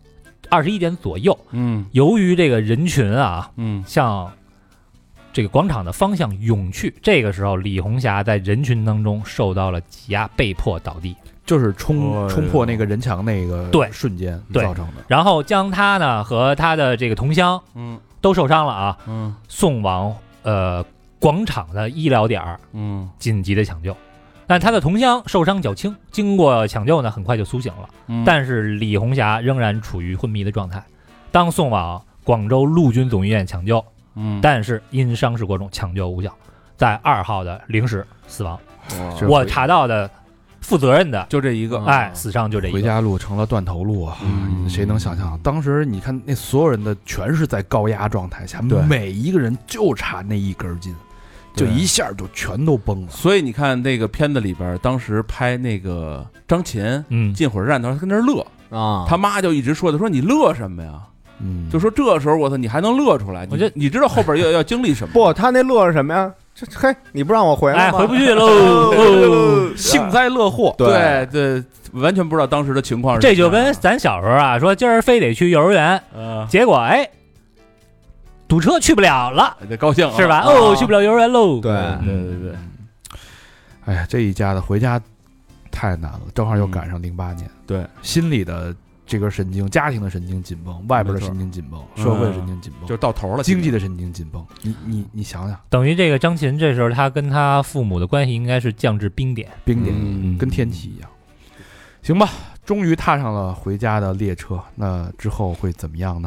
21点左右，由于这个人群啊向这个广场的方向涌去，这个时候李红霞在人群当中受到了挤压，被迫倒地。 就是冲破那个人墙那个瞬间造成的， 然后将他呢和他的这个同乡都受伤了啊，送往广场的医疗点紧急的抢救，但他的同乡受伤较轻，经过抢救呢很快就苏醒了，但是李红霞仍然处于昏迷的状态，当送往广州陆军总医院抢救，但是因伤势过重抢救无效，在2号的0时死亡。我查到的负责任的就这一个， 哎，死伤就这一个。 回家路成了断头路啊！谁能想象？当时你看那所有人的全是在高压状态下，每一个人就差那一根筋， 就一下就全都崩了。 所以你看那个片子里边，当时拍那个张琴进火车站的时候，他跟那乐啊，他妈就一直说你乐什么呀？就说这时候我操，你还能乐出来？你知道后边要经历什么？ 不，他那乐是什么呀？嘿，你不让我回来吗？ 回不去喽， 幸灾乐祸。 对，完全不知道当时的情况是。 这就跟咱小时候啊，说今儿非得去幼儿园，结果堵车去不了了， 得高兴是吧？去不了幼儿园喽。 对。 哎呀，这一家子回家太难了，正好又赶上08年， 对， 心里的这根神经，家庭的神经紧绷，外边的神经紧绷，社会的神经紧绷， 就到头了。 经济的神经紧绷，你想想， 等于这个张琴这时候他跟他父母的关系应该是降至冰点， 跟天气一样。行吧，终于踏上了回家的列车，那之后会怎么样呢？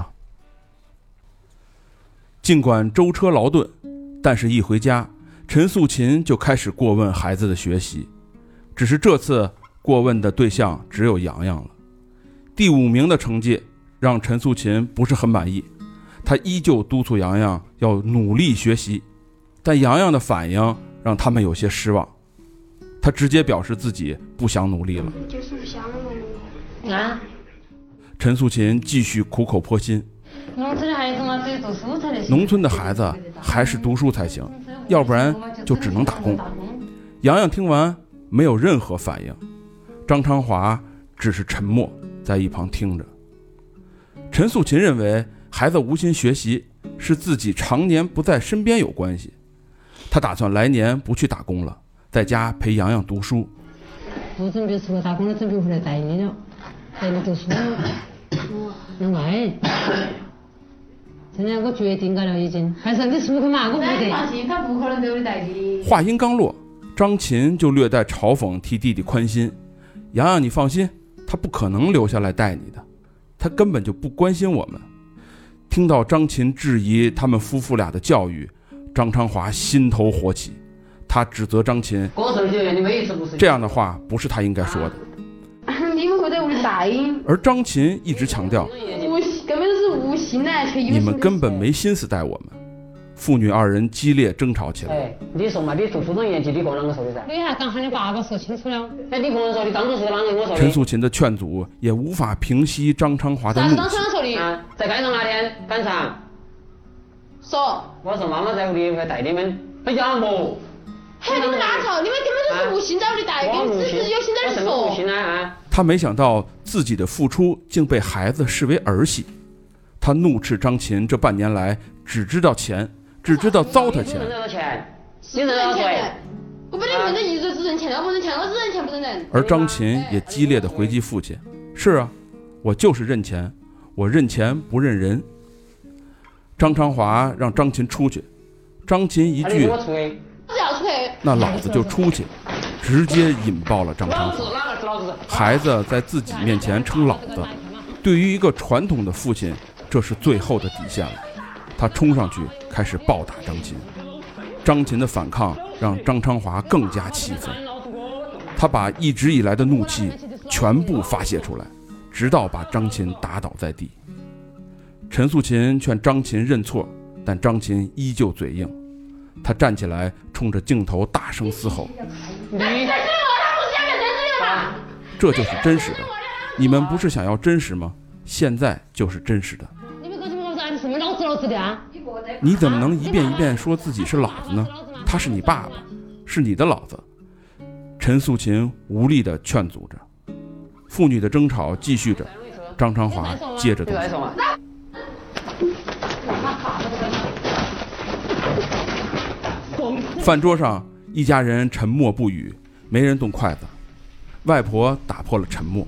尽管舟车劳顿，但是一回家，陈素琴就开始过问孩子的学习，只是这次过问的对象只有洋洋了。第5名的成绩让陈素琴不是很满意，她依旧督促洋洋要努力学习，但洋洋的反应让他们有些失望，他直接表示自己不想努力了。 就是不想努力啊！ 陈素琴继续苦口婆心， 农村的孩子嘛，只有读书才行。 农村的孩子还是读书才行，要不然就只能打工。洋洋听完没有任何反应，张昌华只是沉默在一旁听着。陈素琴认为孩子无心学习是自己常年不在身边有关系，他打算来年不去打工了，在家陪洋洋读书。 不准备出来打工了，准备回来带你了，带你读书了。那外，现在我决定了已经，还是你出去嘛，我不得。放心，他不可能留你带的。 话音刚落，张琴就略带嘲讽替弟弟宽心：“洋洋，你放心，他不可能留下来带你的，他根本就不关心我们。”听到张琴质疑他们夫妇俩的教育，张昌华心头火起，他指责张琴：“这样的话不是他应该说的。” 你们会在屋里带。 而张琴一直强调：“ 根本是无心的， 你们根本没心思带我们。”父女二人激烈争吵起来。 你说嘛，你读初中年级，你跟啷个说的噻？ 你还刚喊你爸爸说清楚了。 你不能说，你当初是啷个跟我说的？ 陈素琴的劝阻也无法平息张昌华的怒气。 当初说的在街上那天干啥？ 说我说妈妈在屋里会带你们，不要么？ 你们拉扯，你们根本就是无心在屋里带，跟只是有心在这说。 他没想到自己的付出竟被孩子视为儿戏，他怒斥张琴这半年来只知道钱，只知道糟蹋钱。 你挣到钱，我本来挣的一直只挣钱，我不挣钱，我只挣钱不挣人。 而张琴也激烈的回击父亲：“是啊，我就是认钱，我认钱不认人。”张昌华让张琴出去，张琴一句那老子就出去，直接引爆了张昌华。孩子在自己面前称老子，对于一个传统的父亲，这是最后的底线了。他冲上去开始暴打张琴，张琴的反抗让张昌华更加气愤，他把一直以来的怒气全部发泄出来，直到把张琴打倒在地。陈素琴劝张琴认错，但张琴依旧嘴硬，他站起来冲着镜头大声嘶吼：“这就是真实的，你们不是想要真实吗？现在就是真实的。你怎么能一遍一遍说自己是老子呢？他是你爸爸，是你的老子。”陈素琴无力地劝阻着，父女的争吵继续着。张昌华接着动手。饭桌上，一家人沉默不语，没人动筷子。外婆打破了沉默：“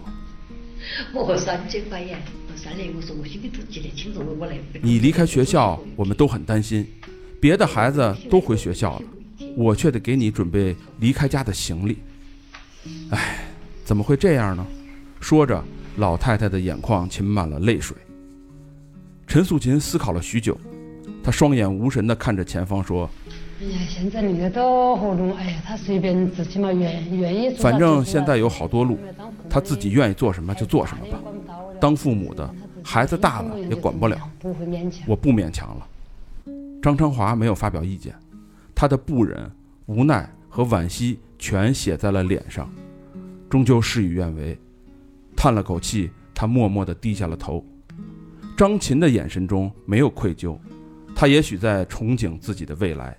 你离开学校，我们都很担心，别的孩子都回学校了，我却得给你准备离开家的行李。哎，怎么会这样呢？”说着，老太太的眼眶噙满了泪水。陈素琴思考了许久，她双眼无神地看着前方说：“ 哎呀，现在那个都活动，哎呀，他随便自己嘛，愿意做。 反正现在有好多路，他自己愿意做什么就做什么吧。当父母的，孩子大了也管不了，我不勉强了。”张昌华没有发表意见， 他的不忍、无奈和惋惜全写在了脸上，终究事与愿违。叹了口气，他默默地低下了头。张琴的眼神中没有愧疚，他也许在憧憬自己的未来。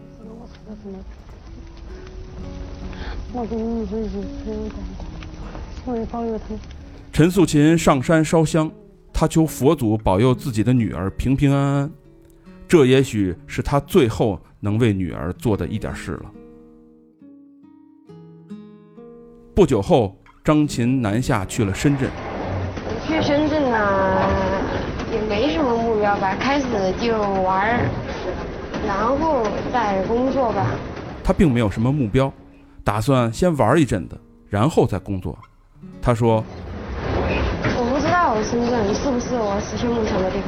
陈素琴上山烧香，他求佛祖保佑自己的女儿平平安安，这也许是他最后能为女儿做的一点事了。不久后，张琴南下去了深圳。 去深圳呢，也没什么目标吧，开始就玩，然后再工作吧。 他并没有什么目标，打算先玩一阵子，然后再工作。他说：“ 我不知道深圳是不是我实现梦想的地方。”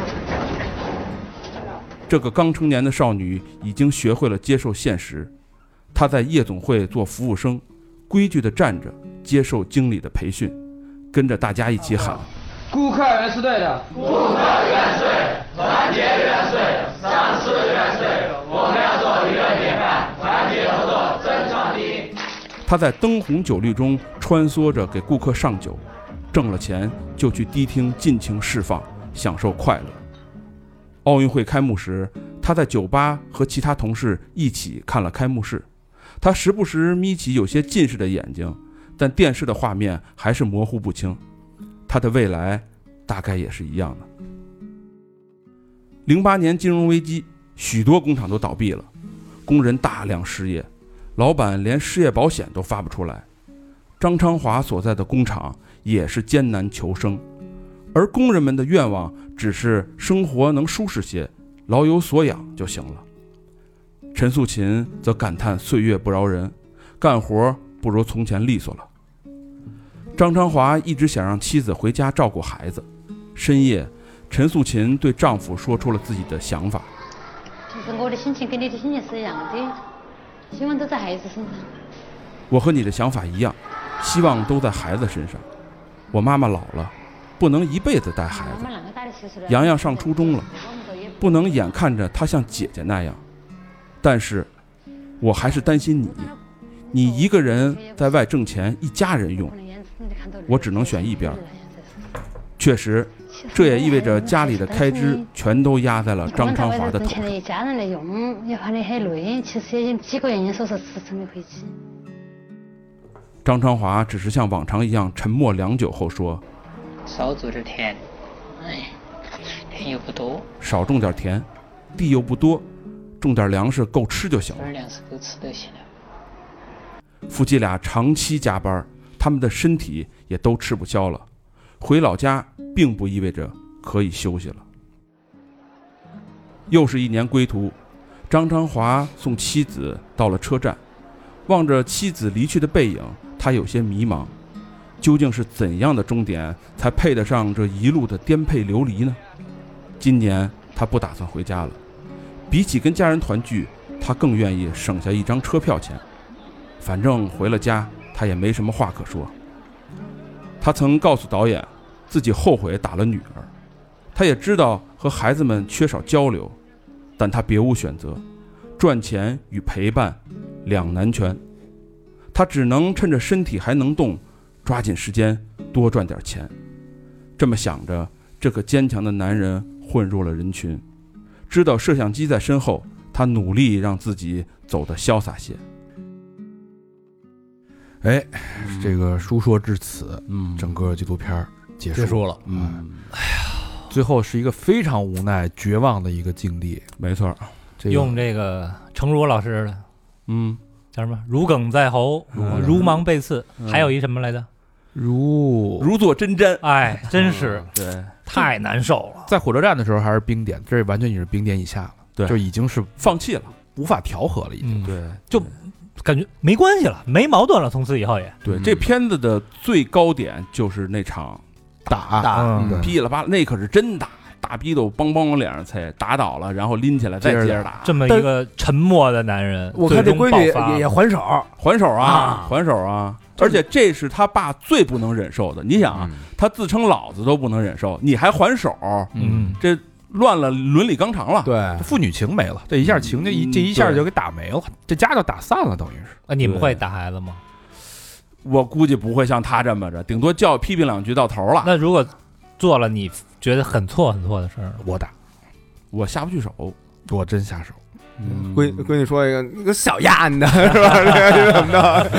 这个刚成年的少女已经学会了接受现实。她在夜总会做服务生，规矩地站着，接受经理的培训，跟着大家一起喊：“ 顾客元是对的，顾客元帅，团结元帅，上市元帅，我们要做一个典范，团结合作，争创第一。” 他在灯红酒绿中穿梭着给顾客上酒，挣了钱就去迪厅尽情释放，享受快乐。奥运会开幕时，他在酒吧和其他同事一起看了开幕式。他时不时眯起有些近视的眼睛，但电视的画面还是模糊不清。他的未来大概也是一样的。08年金融危机，许多工厂都倒闭了，工人大量失业，老板连失业保险都发不出来。张昌华所在的工厂也是艰难求生，而工人们的愿望只是生活能舒适些，老有所养就行了。陈素琴则感叹岁月不饶人，干活不如从前利索了。张昌华一直想让妻子回家照顾孩子。深夜，陈素琴对丈夫说出了自己的想法：“ 其实我的心情跟你的心情是一样的，希望都在孩子身上。 我和你的想法一样，希望都在孩子身上。我妈妈老了，不能一辈子带孩子。洋洋上初中了，不能眼看着她像姐姐那样。但是，我还是担心你，你一个人在外挣钱，一家人用，我只能选一边。确实，这也意味着家里的开支全都压在了张昌华的头上。 一家人来用，也怕你很累，其实也有几个原因说是支撑不回去。” 张昌华只是像往常一样沉默良久后说：“ 少做点田，田又不多， 少种点田，地又不多，种点粮食够吃就行了。 粮食够吃就行了。” 夫妻俩长期加班，他们的身体也都吃不消了。回老家并不意味着可以休息了。又是一年归途，张昌华送妻子到了车站，望着妻子离去的背影，他有些迷茫，究竟是怎样的终点才配得上这一路的颠沛流离呢？今年他不打算回家了，比起跟家人团聚，他更愿意省下一张车票钱。反正回了家，他也没什么话可说。他曾告诉导演，自己后悔打了女儿。他也知道和孩子们缺少交流，但他别无选择，赚钱与陪伴两难全。他只能趁着身体还能动，抓紧时间多赚点钱。这么想着，这个坚强的男人混入了人群，知道摄像机在身后，他努力让自己走得潇洒些。 哎，这个书说至此，整个纪录片结束了。哎呀，最后是一个非常无奈、绝望的一个境地。 没错， 用这个程若老师的，叫什么？如鲠在喉，如芒被刺，还有一什么来着？ 如坐针毡。 哎，真是， 对， 太难受了。 在火车站的时候还是冰点，这完全已经是冰点以下了， 对， 就已经是放弃了， 无法调和了，已经。 对， 就感觉没关系了，没矛盾了，从此以后也。 对，这片子的最高点就是那场打，噼里啪啦，那可是真打，大逼斗梆梆往脸上踩，打倒了，然后拎起来再接着打。 这么一个沉默的男人， 我看这闺女也还手啊！而且这是他爸最不能忍受的。你想啊，他自称老子都不能忍受，你还还手，这乱了伦理纲常了。 对， 父女情没了，这一下情这一下就给打没了，这家就打散了，等于是。 你们会打孩子吗？ 我估计不会像他这么着，顶多批评两句到头了。 那如果做了你觉得很错的事儿， 我打， 我下不去手， 我真下手。 闺女说一个你个小丫的是吧？什么的，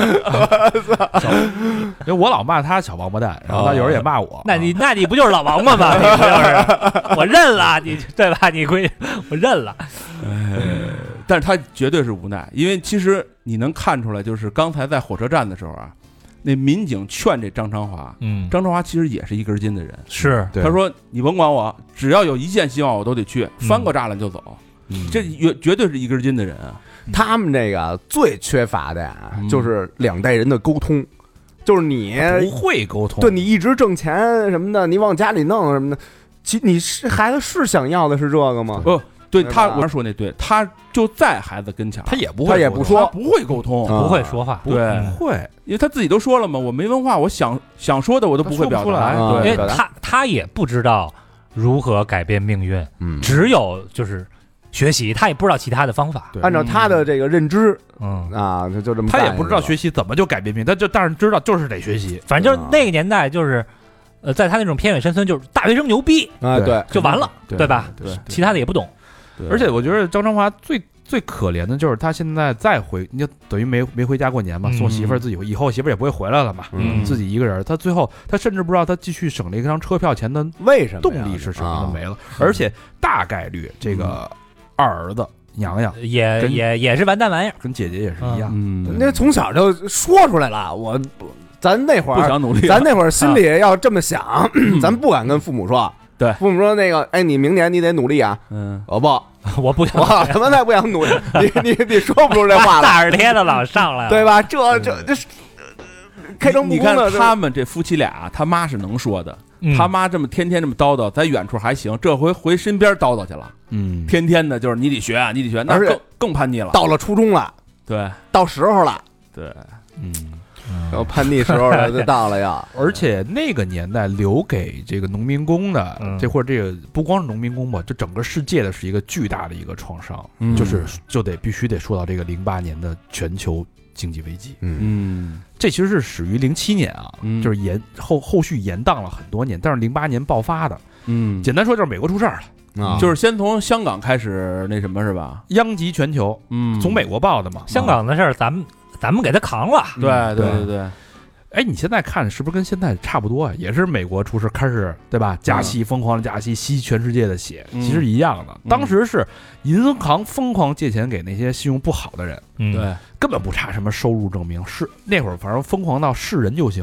因为我老骂他小王八蛋，然后他有人也骂我。 那你不就是老王八吗？你不就是我认了，你对吧？你闺女我认了。 但是他绝对是无奈，因为其实你能看出来，就是刚才在火车站的时候啊，那民警劝这张长华，张长华其实也是一根筋的人， 是他说你甭管我，只要有一线希望我都得去，翻过栅栏就走。这绝对是一根筋的人啊！ 他们这个最缺乏的呀，就是两代人的沟通，就是你不会沟通， 对你一直挣钱什么的，你往家里弄什么的，你是孩子是想要的是这个吗？ 对他，我说那对，他就在孩子跟前， 他也不会，他也不说， 不会沟通， 不会说话， 对， 不会， 因为他自己都说了嘛，我没文化，我想说的我都不会表达， 因为他也不知道如何改变命运，只有就是学习，他也不知道其他的方法。 按照他的这个认知，就这么， 他也不知道学习怎么就改变命运，他就但是知道就是得学习。 反正就是那个年代，就是在他那种偏远山村，就是大学生牛逼啊，对， 就完了，对吧？ 对， 其他的也不懂。 而且我觉得张长华最可怜的就是他现在再回，你就等于没回家过年嘛，送媳妇儿自己以后媳妇儿也不会回来了嘛，自己一个人，他最后他甚至不知道他继续省了一张车票钱的为什么动力是什么都没了，而且大概率这个二儿子洋洋也是完蛋玩意儿， 跟姐姐也是一样， 那从小就说出来了，咱那会儿不想努力， 咱那会儿心里要这么想，咱不敢跟父母说。 对， 父母说那个，你明年你得努力啊。我不想， 我他妈才不想努力。你说不出这话来， 大耳贴的老上来了， 对吧？这开诚布公的。 你看他们这夫妻俩，他妈是能说的，他妈这么天天这么叨叨，在远处还行，这回身边叨叨去了，天天的就是你得学，那更叛逆了。 到了初中了， 对， 到时候了， 对， 然后叛逆时候了就到了呀。 而且那个年代留给这个农民工的，或者这个不光是农民工吧，这整个世界的是一个巨大的一个创伤，就必须得说到这个08年的全球经济危机。这其实是始于07年啊，就是后续延宕了很多年，但是08年爆发的。简单说就是美国出事儿了。 就是先从香港开始那什么是吧？ 殃及全球，从美国报的嘛。 香港的事儿咱们给他扛了。 对。 哎，你现在看是不是跟现在差不多啊？也是美国出事开始，对吧？加息，疯狂的加息，吸全世界的血，其实一样的。当时是银行疯狂借钱给那些信用不好的人， 对， 根本不差什么收入证明，是那会儿反正疯狂到是人就行。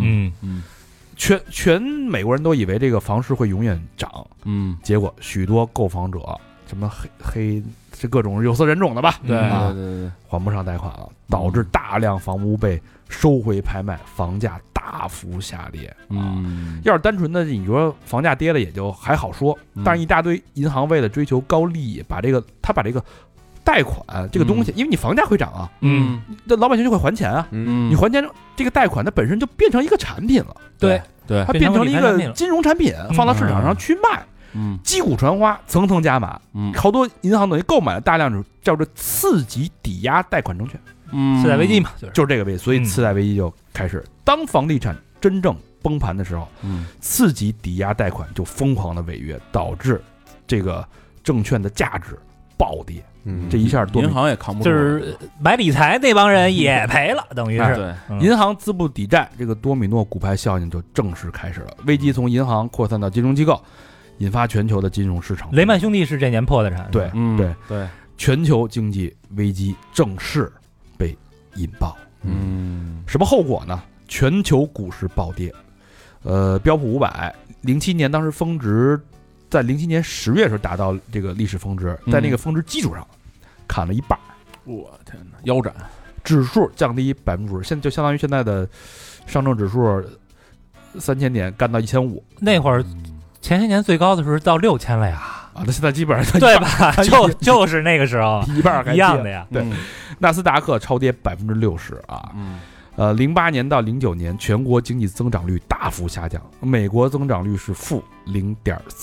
全美国人都以为这个房市会永远涨，结果许多购房者什么黑这各种有色人种的吧， 对， 还不上贷款了，导致大量房屋被收回拍卖，房价大幅下跌。要是单纯的你说房价跌了也就还好说，但是一大堆银行为了追求高利益，把这个贷款这个东西，因为你房价会涨啊，那老百姓就会还钱啊，你还钱这个贷款它本身就变成一个产品了， 对， 它变成了一个金融产品，放到市场上去卖。击鼓传花，层层加码，好多银行等于购买了大量叫做次级抵押贷款证券， 次贷危机嘛， 就是这个危机，所以次贷危机就开始。当房地产真正崩盘的时候，次级抵押贷款就疯狂的违约，导致这个证券的价值暴跌。这一下银行也扛不住， 就是买理财那帮人也赔了，等于是对， 银行资不抵债，这个多米诺骨牌效应就正式开始了。危机从银行扩散到金融机构，引发全球的金融市场。 雷曼兄弟是这年破的产， 对，全球经济危机正式被引爆。什么后果呢？全球股市暴跌。标普500，07年当时峰值，在07年10月的时候达到这个历史峰值，在那个峰值基础上砍了一半。 我天哪，腰斩！ 指数降低50%，现在就相当于现在的上证指数3000点干到1500。 那会儿前些年最高的时候到6000了呀。 那现在基本上对吧？就是那个时候一半一样的呀。 对，纳斯达克超跌60%啊。08年到09年，全国经济增长率大幅下降，美国增长率是-0.3%，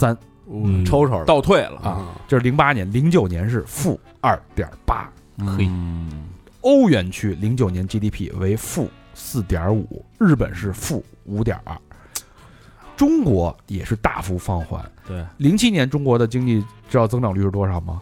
抽抽倒退了啊！这是08年，09年是负2.8， 嘿， 欧元区09年 GDP 为负4.5，日本是负5.2，中国也是大幅放缓。 对 ，07年中国的经济知道增长率是多少吗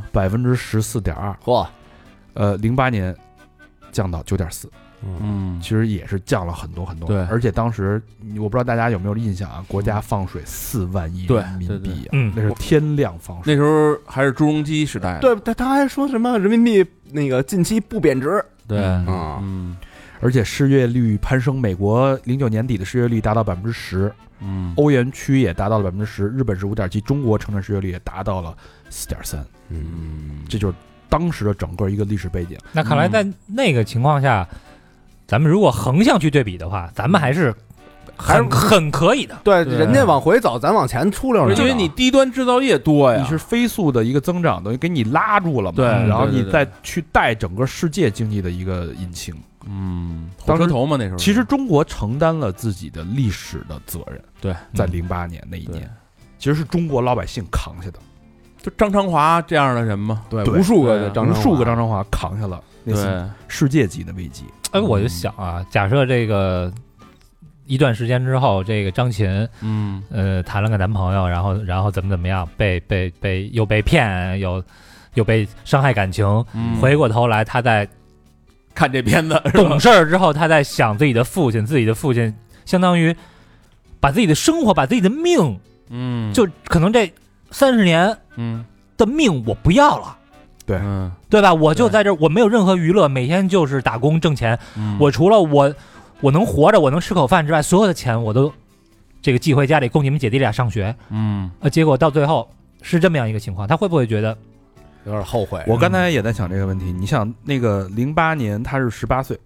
？14.2%。 嚯 ，08年降到9.4。其实也是降了很多很多。 对， 而且当时我不知道大家有没有印象啊，国家放水4万亿人民币啊，那是天量放水。 那时候还是朱镕基时代。 对，他还说什么人民币那个近期不贬值。 对而且失业率攀升，美国09年底的失业率达到10%，欧元区也达到了10%，日本是5.7%，中国城镇失业率也达到了4.3%。这就是当时的整个一个历史背景。 那看来在那个情况下，咱们如果横向去对比的话，咱们还是很可以的。 对，人家往回走，咱往前出溜。 因为你低端制造业多呀， 你是飞速的一个增长，等于给你拉住了嘛。 对， 然后你再去带整个世界经济的一个引擎。 火车头嘛，那时候其实中国承担了自己的历史的责任。 对， 在08年那一年，其实是中国老百姓扛下的。 就张长华这样的人嘛， 对，无数个张长华扛下了那次世界级的危机。 我就想啊，假设这个一段时间之后，这个张琴，谈了个男朋友，然后怎么样，又被骗，又被伤害感情，回过头来他在看这片子懂事儿之后，他在想自己的父亲相当于把自己的生活，把自己的命，就可能这30年，的命我不要了。 对， 对吧？我就在这儿，我没有任何娱乐，每天就是打工挣钱。我除了我能活着，我能吃口饭之外，所有的钱我都这个寄回家里供你们姐弟俩上学。结果到最后是这么样一个情况，他会不会觉得有点后悔？ 我刚才也在想这个问题。你想那个08年他是18岁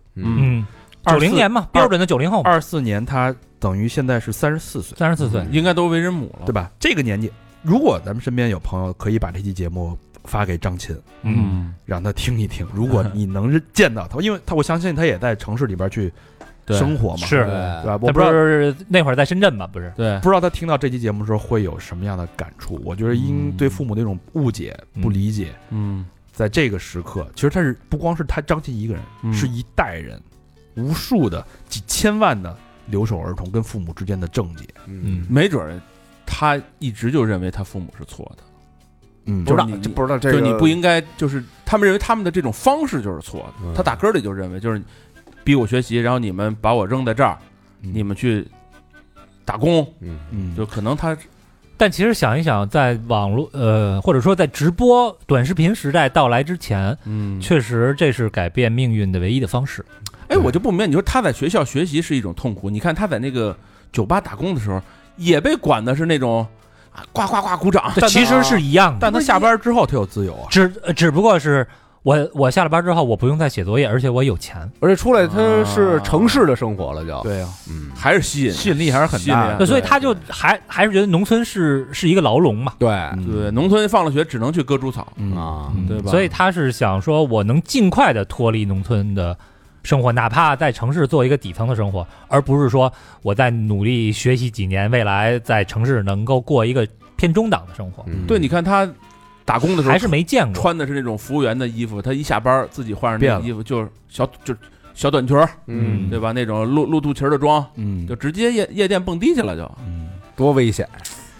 ，90年嘛，标准的90后。 24年他等于现在是34岁 ，34岁应该都为人母了， 对吧？这个年纪，如果咱们身边有朋友可以把这期节目发给张琴，让他听一听。如果你能见到他，因为我相信他也在城市里边去生活嘛， 是， 对吧？ 我不知道那会儿在深圳吧，不是？ 对， 不知道他听到这期节目的时候会有什么样的感触。我觉得因对父母那种误解、不理解，在这个时刻，其实他是不光是他张琴一个人，是一代人，无数的几千万的留守儿童跟父母之间的症结。 没准他一直就认为他父母是错的。 不知道这个， 就你不应该，就是他们认为他们的这种方式就是错的。他打根里就认为，就是逼我学习，然后你们把我扔在这儿，你们去打工，就可能他。 但其实想一想，在网络或者说在直播短视频时代到来之前，确实这是改变命运的唯一的方式。 哎，我就不明白，你说他在学校学习是一种痛苦，你看他在那个酒吧打工的时候，也被管的是那种。呱呱呱鼓掌， 其实是一样的。 但他下班之后他有自由啊， 只不过是我下了班之后我不用再写作业，而且我有钱， 而且出来他是城市的生活了，就对啊， 还是吸引力还是很大的，所以他就还是觉得农村是一个牢笼嘛。 对， 农村放了学只能去割猪草对吧？ 所以他是想说我能尽快的脱离农村的生活，哪怕在城市做一个底层的生活，而不是说我在努力学习几年，未来在城市能够过一个偏中档的生活。 对，你看他打工的时候还是没见过， 穿的是那种服务员的衣服，他一下班自己换上那个衣服就是小短裙，对吧？那种露肚脐的装，就直接夜店蹦迪去了，就多危险。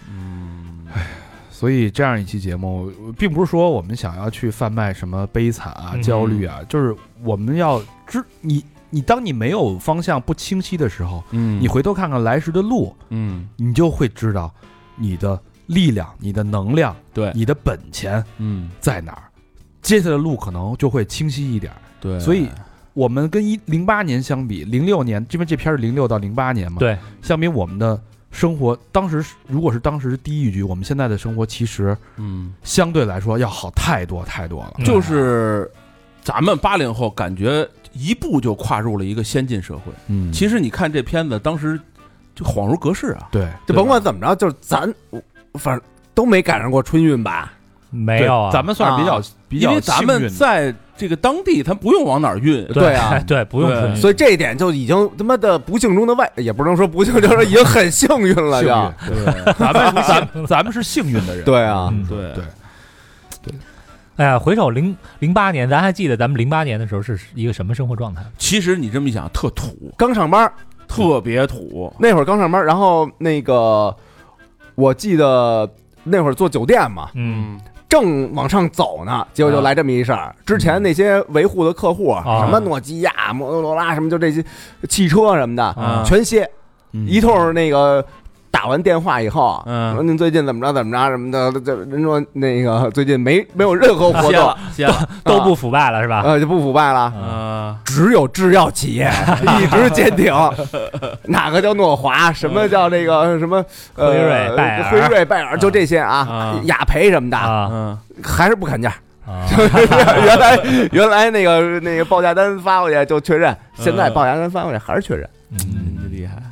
所以这样一期节目，并不是说我们想要去贩卖什么悲惨啊、焦虑啊，就是我们要你当你没有方向、不清晰的时候，你回头看看来时的路，你就会知道你的力量、你的能量、 对你的本钱，在哪儿，接下来的路可能就会清晰一点。 对， 所以我们跟08年相比，06年，因为这片是06到08年嘛， 对， 相比我们的生活，如果是当时第一局，我们现在的生活其实，相对来说要好太多太多了。 就是咱们80后感觉一步就跨入了一个先进社会。其实你看这片子，当时就恍如隔世啊。 对， 就甭管怎么着，就是咱反正都没赶上过春运吧。 没有啊， 咱们算是比较， 因为咱们在这个当地，咱不用往哪儿运。 对啊， 对，不用春运， 所以这一点就已经他妈的不幸中的也不能说不幸，就是已经很幸运了，就对，咱们是幸运的人。 对啊， 对。 哎呀，回首08年，咱还记得咱们08年的时候是一个什么生活状态？ 其实你这么一想，特土， 刚上班， 特别土。 那会儿刚上班，然后那个我记得那会儿做酒店嘛，正往上走呢，结果就来这么一事儿。之前那些维护的客户，什么诺基亚、摩托罗拉，什么就这些汽车什么的，全歇。一通那个打完电话以后，说您最近怎么着什么的，这人说那个最近没有任何活动， 歇了， 都不腐败了是吧？ 就不腐败了。只有制药企业一直坚挺。哪个叫诺华？什么叫那个什么辉瑞、 拜耳，就这些啊，雅培什么的，还是不砍价。原来那个报价单发过去就确认，现在报价单发过去还是确认。 厉害。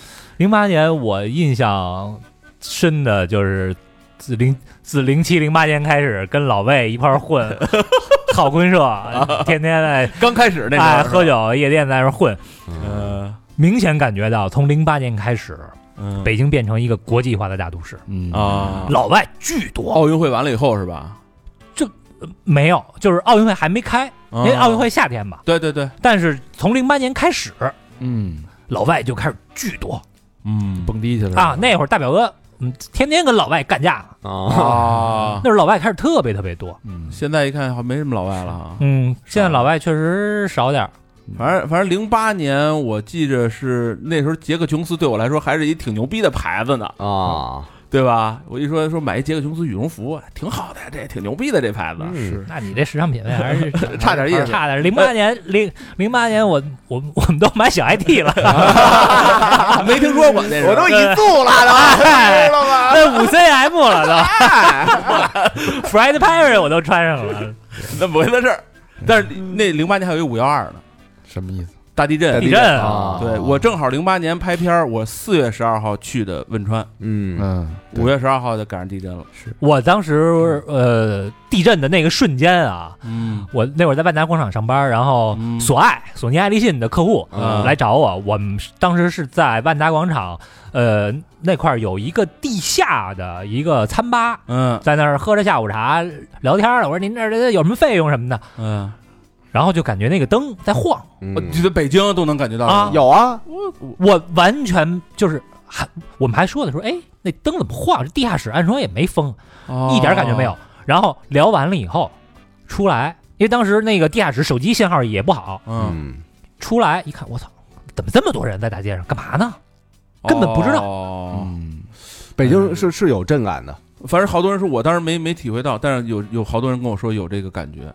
08年我印象深的就是自07、08年开始跟老魏一块混，好婚社，天天在刚开始那会儿喝酒夜店在那混，明显感觉到从08年开始，北京变成一个国际化的大都市，老外巨多。 奥运会完了以后是吧？ 这没有，就是奥运会还没开，因为奥运会夏天嘛。 对。 但是从08年开始，老外就开始巨多。 蹦迪去了啊！那会儿大表哥，天天跟老外干架啊！那会儿老外开始特别特别多。 现在一看好像没什么老外了哈。 现在老外确实少点。 反正08年我记着是那时候杰克琼斯对我来说还是一挺牛逼的牌子呢啊，对吧？我一说买一杰克琼斯羽绒服挺好的，这挺牛逼的这牌子。 是，那你这时尚品味还是差点意思， 差点。08年我们都买小 IT 了， 没听说过那， 我都已租了，知道吗？ 那5CM 了都，Fred Perry 我都穿上了， 那不回事儿。但是那08年还有一512呢， 什么意思？ 大地震啊！ 对，我正好08年拍片，我4月12号去的汶川，5月12号就赶上地震了。 是我当时地震的那个瞬间啊，我那会儿在万达广场上班，然后索尼爱立信的客户来找我，我们当时是在万达广场那块有一个地下的一个餐吧，在那儿喝着下午茶聊天了。我说您这有什么费用什么的，然后就感觉那个灯在晃， 就在北京都能感觉到啊， 有啊， 我完全就是我们还说的说，哎，那灯怎么晃？这地下室按说也没风，一点感觉没有。然后聊完了以后出来，因为当时那个地下室手机信号也不好，出来一看，我操，怎么这么多人在大街上干嘛呢？根本不知道。 北京是有震感的。 反正好多人说，我当时没体会到，但是有好多人跟我说有这个感觉。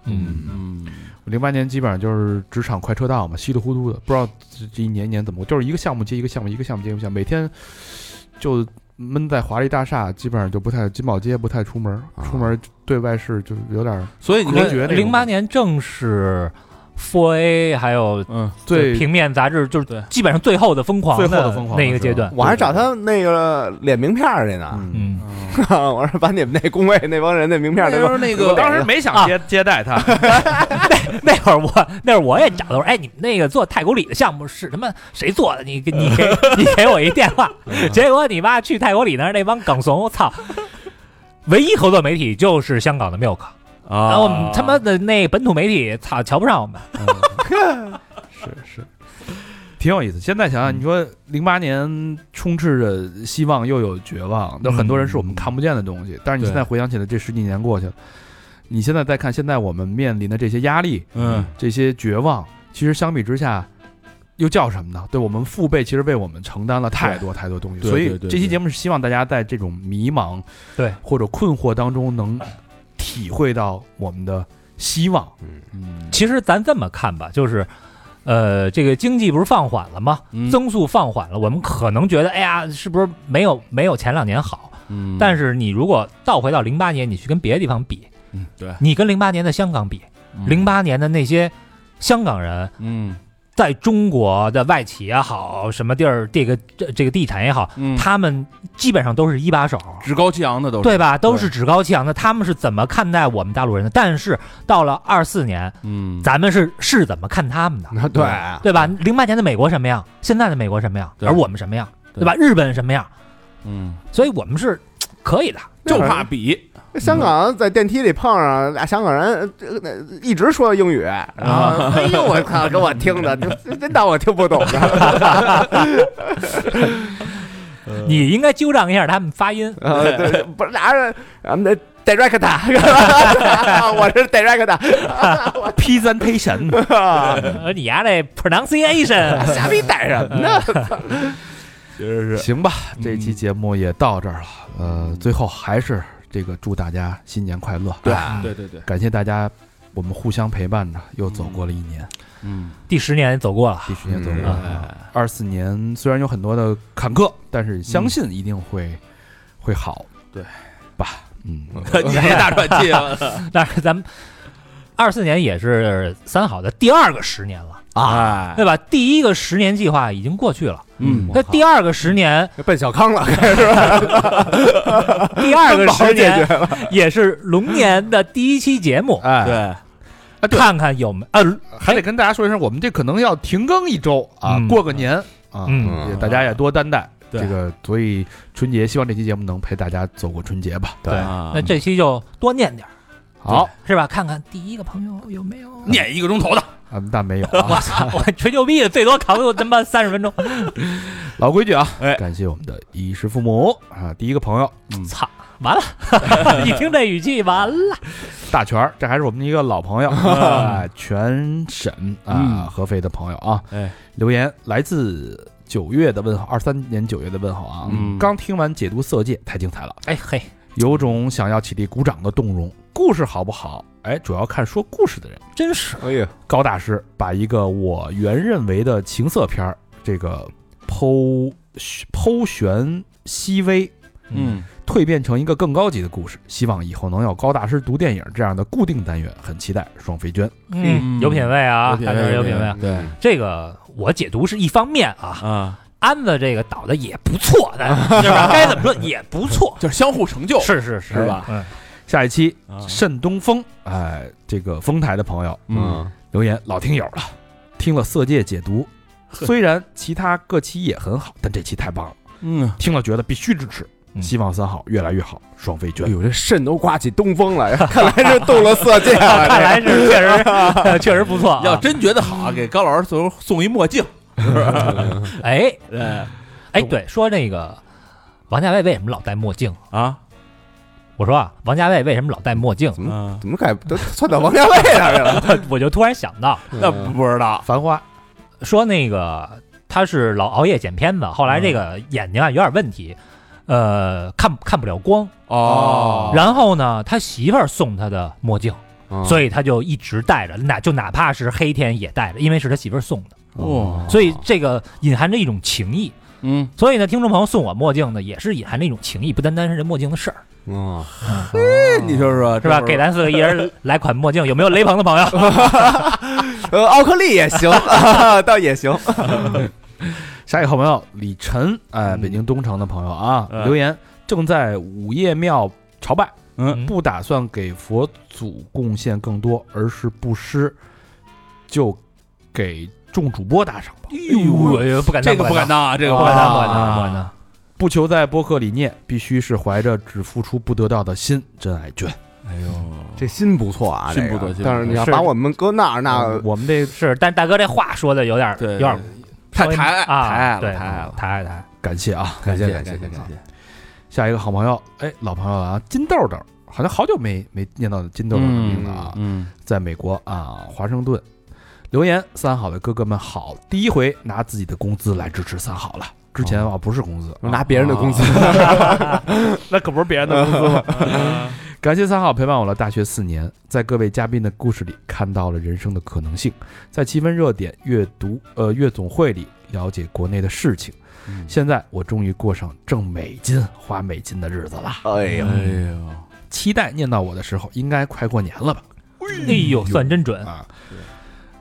08年基本上就是职场快车道嘛，稀里糊涂的，不知道这一年怎么，就是一个项目接一个项目，一个项目接一个项目，每天就闷在华丽大厦，基本上就不太金宝街不太出门对外事就有点。 所以你看 08年正是。4A 还有对平面杂志，就是基本上最后的疯狂那个阶段， 我还找他那个脸名片去呢。我说把你们那工位那帮人那名片， 那个当时没想接待他。 那会儿我也找他说，哎，你们那个做太古里的项目是什么？谁做的？你给我一电话。结果你妈去太古里那帮梗怂，操！唯一合作媒体就是香港的 Milk。然后我们他妈的那本土媒体，操，瞧不上我们。 是，挺有意思。现在想想，你说08年充斥着希望又有绝望，都很多人是我们看不见的东西。但是你现在回想起来，这10几年过去了，你现在再看现在我们面临的这些压力，这些绝望，其实相比之下，又叫什么呢？对，我们父辈其实为我们承担了太多太多东西。所以这期节目是希望大家在这种迷茫，或者困惑当中能体会到我们的希望。 其实咱这么看吧，就是这个经济不是放缓了吗？增速放缓了，我们可能觉得哎呀，是不是没有前2年好？但是你如果倒回到08年，你去跟别的地方比， 对， 你跟08年的香港比，08年的那些香港人， 在中国的外企也好，什么地儿这个地产也好，他们基本上都是一把手， 趾高气扬的都是， 对吧？都是趾高气扬的。他们是怎么看待我们大陆人的？但是到了24年，咱们是怎么看他们的？对吧？08年的美国什么样？现在的美国什么样？而我们什么样？对吧？日本什么样？所以我们是可以的， 就怕比。 香港在电梯里碰上俩香港人，一直说英语啊！哎呦我靠，给我听的，真当我听不懂呢。 你应该纠正一下他们发音。 对，不是俩人，咱们的 director， 我是 director，presentation， 你丫这 pronunciation， 瞎逼带什么呢？ 是行吧，这期节目也到这儿了。最后还是这个祝大家新年快乐。 对， 感谢大家，我们互相陪伴着，又走过了一年。 第10年走过了。 第10年走过了。24年虽然有很多的坎坷，但是相信一定会好， 对吧？ 你这大喘气了。 但是咱们24年也是三好的第2个10年了。对吧？第1个10年计划已经过去了，那第2个10年奔小康了，开始。 第2个10年也是龙年的第1期节目， 对， 看看有没还得跟大家说一声，我们这可能要停更1周啊，过个年啊，大家也多担待。这个，所以春节希望这期节目能陪大家走过春节吧。 对，那这期就多念点， 好是吧？看看第1个朋友有没有念1个钟头的。 但没有我操！我吹牛逼的最多扛住他妈30分钟。 老规矩啊，感谢我们的衣食父母啊！第1个朋友， 操，完了！一听这语气，完了。 大全，这还是我们一个老朋友全沈啊，合肥的朋友啊，留言来自9月的问号，23年9月的问号啊，刚听完解读《色戒》，太精彩了，有种想要起立鼓掌的动容。故事好不好？主要看说故事的人。 真是， 高大师把一个我原认为的情色片这个剖玄熹微，蜕变成一个更高级的故事。希望以后能有高大师读电影这样的固定单元，很期待。双飞娟， 有品位啊， 有品位。 对，这个我解读是一方面啊。安子这个导的也不错，是吧？该怎么说也不错， 就是相互成就， 是吧？ 下一期慎东风，这个丰台的朋友，留言老听友了，听了《色戒》解读，虽然其他各期也很好，但这期太棒了，听了觉得必须支持，希望3好越来越好。双飞娟， 哎呦，这肾都刮起东风了，看来是动了色戒了， 看来是确实不错。 要真觉得好，给高老师送一墨镜。 对，说那个王家卫为什么老戴墨镜啊？ 我说王家卫为什么老戴墨镜？ 怎么改都窜到王家卫那儿了？ 我就突然想到， 那不知道。 繁花说那个他是老熬夜剪片子，后来这个眼睛有点问题，看不了光哦。 然后呢，他媳妇儿送他的墨镜，所以他就一直戴着，哪怕是黑天也戴着，因为是他媳妇儿送的。所以这个隐含着一种情谊。所以呢，听众朋友送我墨镜呢，也是隐含着一种情谊，不单单是这墨镜的事儿。 你说说是吧？给咱4个一人来款墨镜，有没有雷朋的朋友？ 奥克利也行，倒也行。 下一个好朋友李晨，北京东城的朋友啊，留言正在午夜庙朝拜，不打算给佛祖贡献更多，而是布施，就给众主播打赏吧。 不敢当， 这个不敢当啊，这个不敢当。 不求在播客理念，必须是怀着只付出不得到的心，真爱娟。 哎呦，这心不错啊， 心不错。 但是你要把我们搁那儿，那我们这是，但大哥这话说的有点太抬了， 感谢啊， 感谢。 下一个好朋友，老朋友了啊，金豆豆，好像好久没念到金豆豆的名字啊，在美国啊，华盛顿留言：3好的哥哥们好，第1回拿自己的工资来支持3好了。之前不是工资， 拿别人的工资， 那可不是别人的工资吗？感谢3好陪伴我了大学4年，在各位嘉宾的故事里看到了人生的可能性，在气氛热点乐总会里了解国内的事情。现在我终于过上挣美金花美金的日子了。 哎呦， 期待念到我的时候应该快过年了吧？ 哎呦，算真准啊！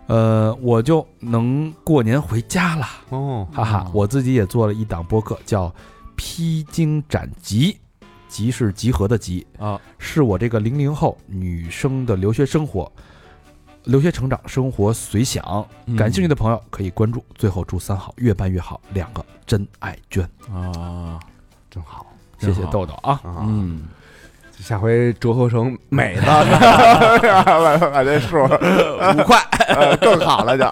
我就能过年回家了哦， 哈哈！我自己也做了一档播客，叫《披荆斩棘》，集是集合的集啊，是我这个00后女生的留学生活、留学成长生活随想。感兴趣的朋友可以关注。最后祝三好越办越好，2个真爱娟啊，真好， 谢谢豆豆啊， 下回折合成美的，把这数5块，更好了就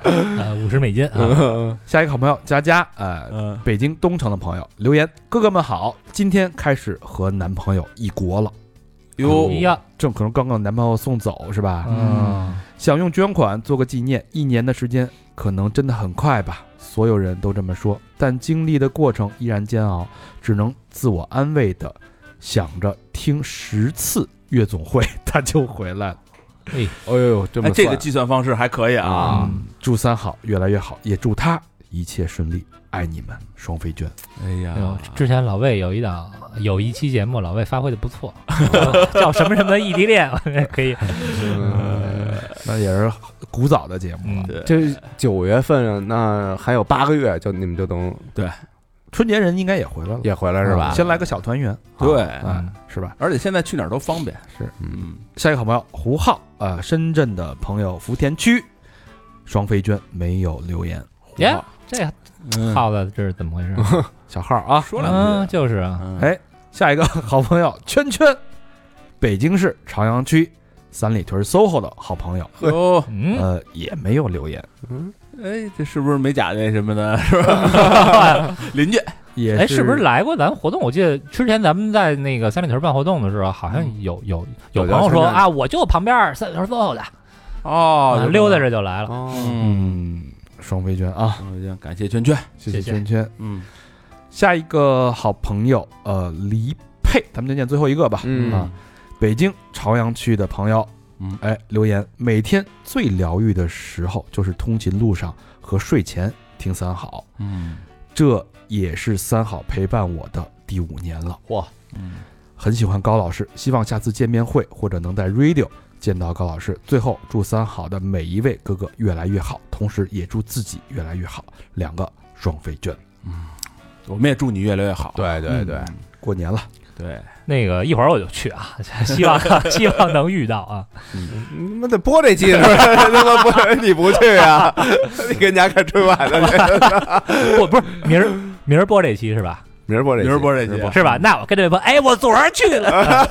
50美金啊。 下一个好朋友佳佳，北京东城的朋友留言：哥哥们好，今天开始和男朋友异国了。 哟呀， 正可能刚刚男朋友送走是吧？想用捐款做个纪念。1年的时间可能真的很快吧，所有人都这么说，但经历的过程依然煎熬，只能自我安慰的想着听10次夜总会他就回来了。 哎呦，这个计算方式还可以啊！ 祝三好越来越好，也祝他一切顺利，爱你们，双飞娟。 哎呀， 之前老魏有一期节目，老魏发挥的不错，叫什么什么异地恋，可以。 那也是古早的节目了。 这9月份，那还有8个月，就你们就等对。 春节人应该也回来了， 也回来是吧？ 先来个小团圆， 对， 是吧？ 而且现在去哪儿都方便。 是，下一个好朋友胡浩，深圳的朋友福田区，双飞娟没有留言。 耶，这耗子这是怎么回事？ 小号啊， 说两句就是啊。 哎，下一个好朋友圈圈，北京市朝阳区三里屯 SOHO 的好朋友，也没有留言。 哎，这是不是美甲那什么的，是吧？邻居也哎，是不是来过咱活动？我记得之前咱们在那个三里屯办活动的时候，好像有朋友说啊，我就旁边三里屯 SOHO 的哦， 溜达着就来了。 双飞娟啊， 感谢圈圈， 谢谢圈圈。下一个好朋友黎佩，咱们就念最后一个吧。北京朝阳区的朋友。留言：每天最疗愈的时候就是通勤路上和睡前听三好，这也是三好陪伴我的第5年了。哇，很喜欢高老师，希望下次见面会或者能在 radio 见到高老师。最后祝三好的每一位哥哥越来越好，同时也祝自己越来越好。2个双飞娟， 我们也祝你越来越好。 对对对， 过年了。 对， 那个一会儿我就去啊，希望能遇到啊。 你们得播这期是吧？他妈不，你不去啊？你跟家看春晚的？ 不是明儿播这期是吧？ 明儿播这期是吧？那我跟这位朋友，哎，我昨儿去了。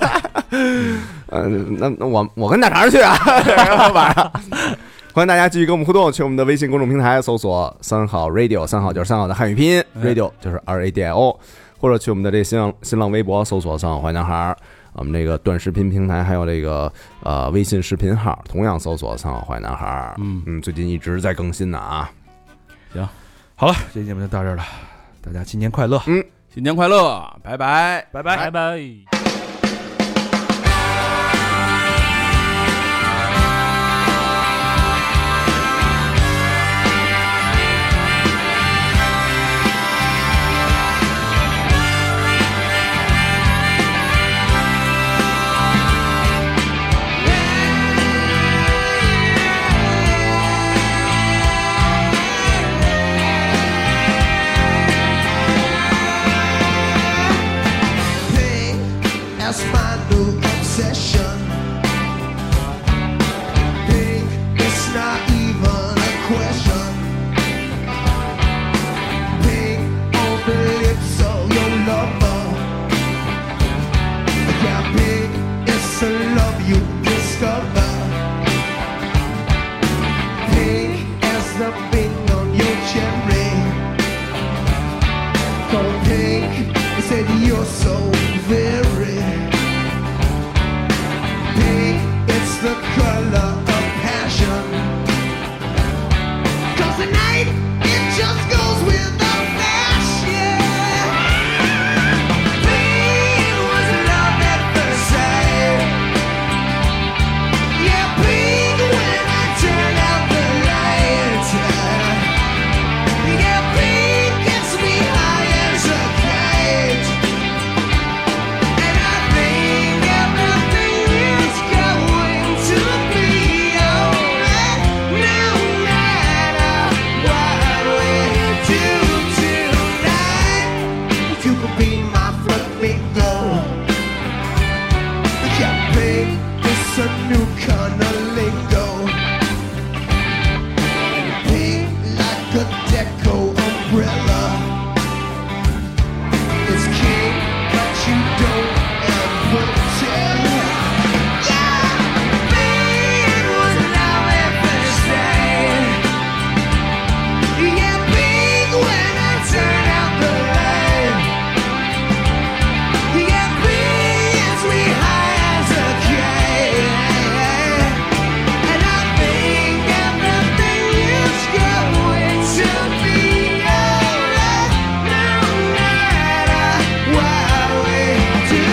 那我跟大肠去啊，晚上。欢迎大家继续跟我们互动，去我们的微信公众平台搜索三好 radio， 三好就是三好的汉语拼音 ，radio 就是 RADIO。或者去我们的这新浪微博搜索三好坏男孩，我们这个短视频平台还有这个微信视频号同样搜索三好坏男孩。最近一直在更新呢啊。 行， 好了，这期节目就到这儿了，大家新年快乐。 新年快乐，拜拜， 拜拜， 拜拜。 It's a new kind of lingo. Pink like a deco umbrella. It's king, but you don't ever tell. Yeah, big was love at first sight. Yeah, big when I turn out the light. Yeah, big as we high as a kite. And I think everything is going to be alright, no matter what we do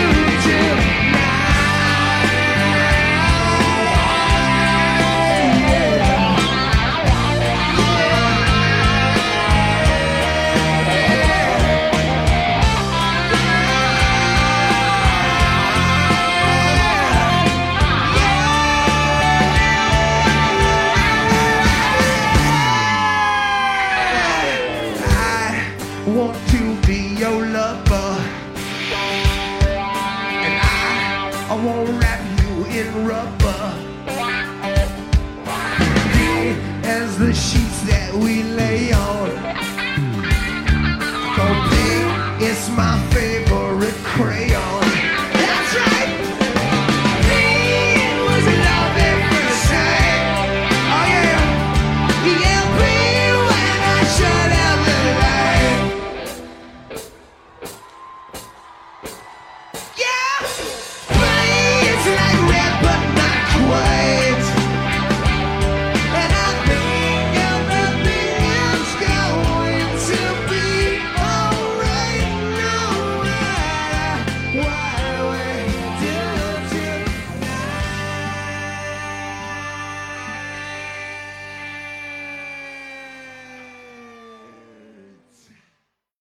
I want to be your lover, and I won't wrap you in rubber. Big as the sheets that we lay on.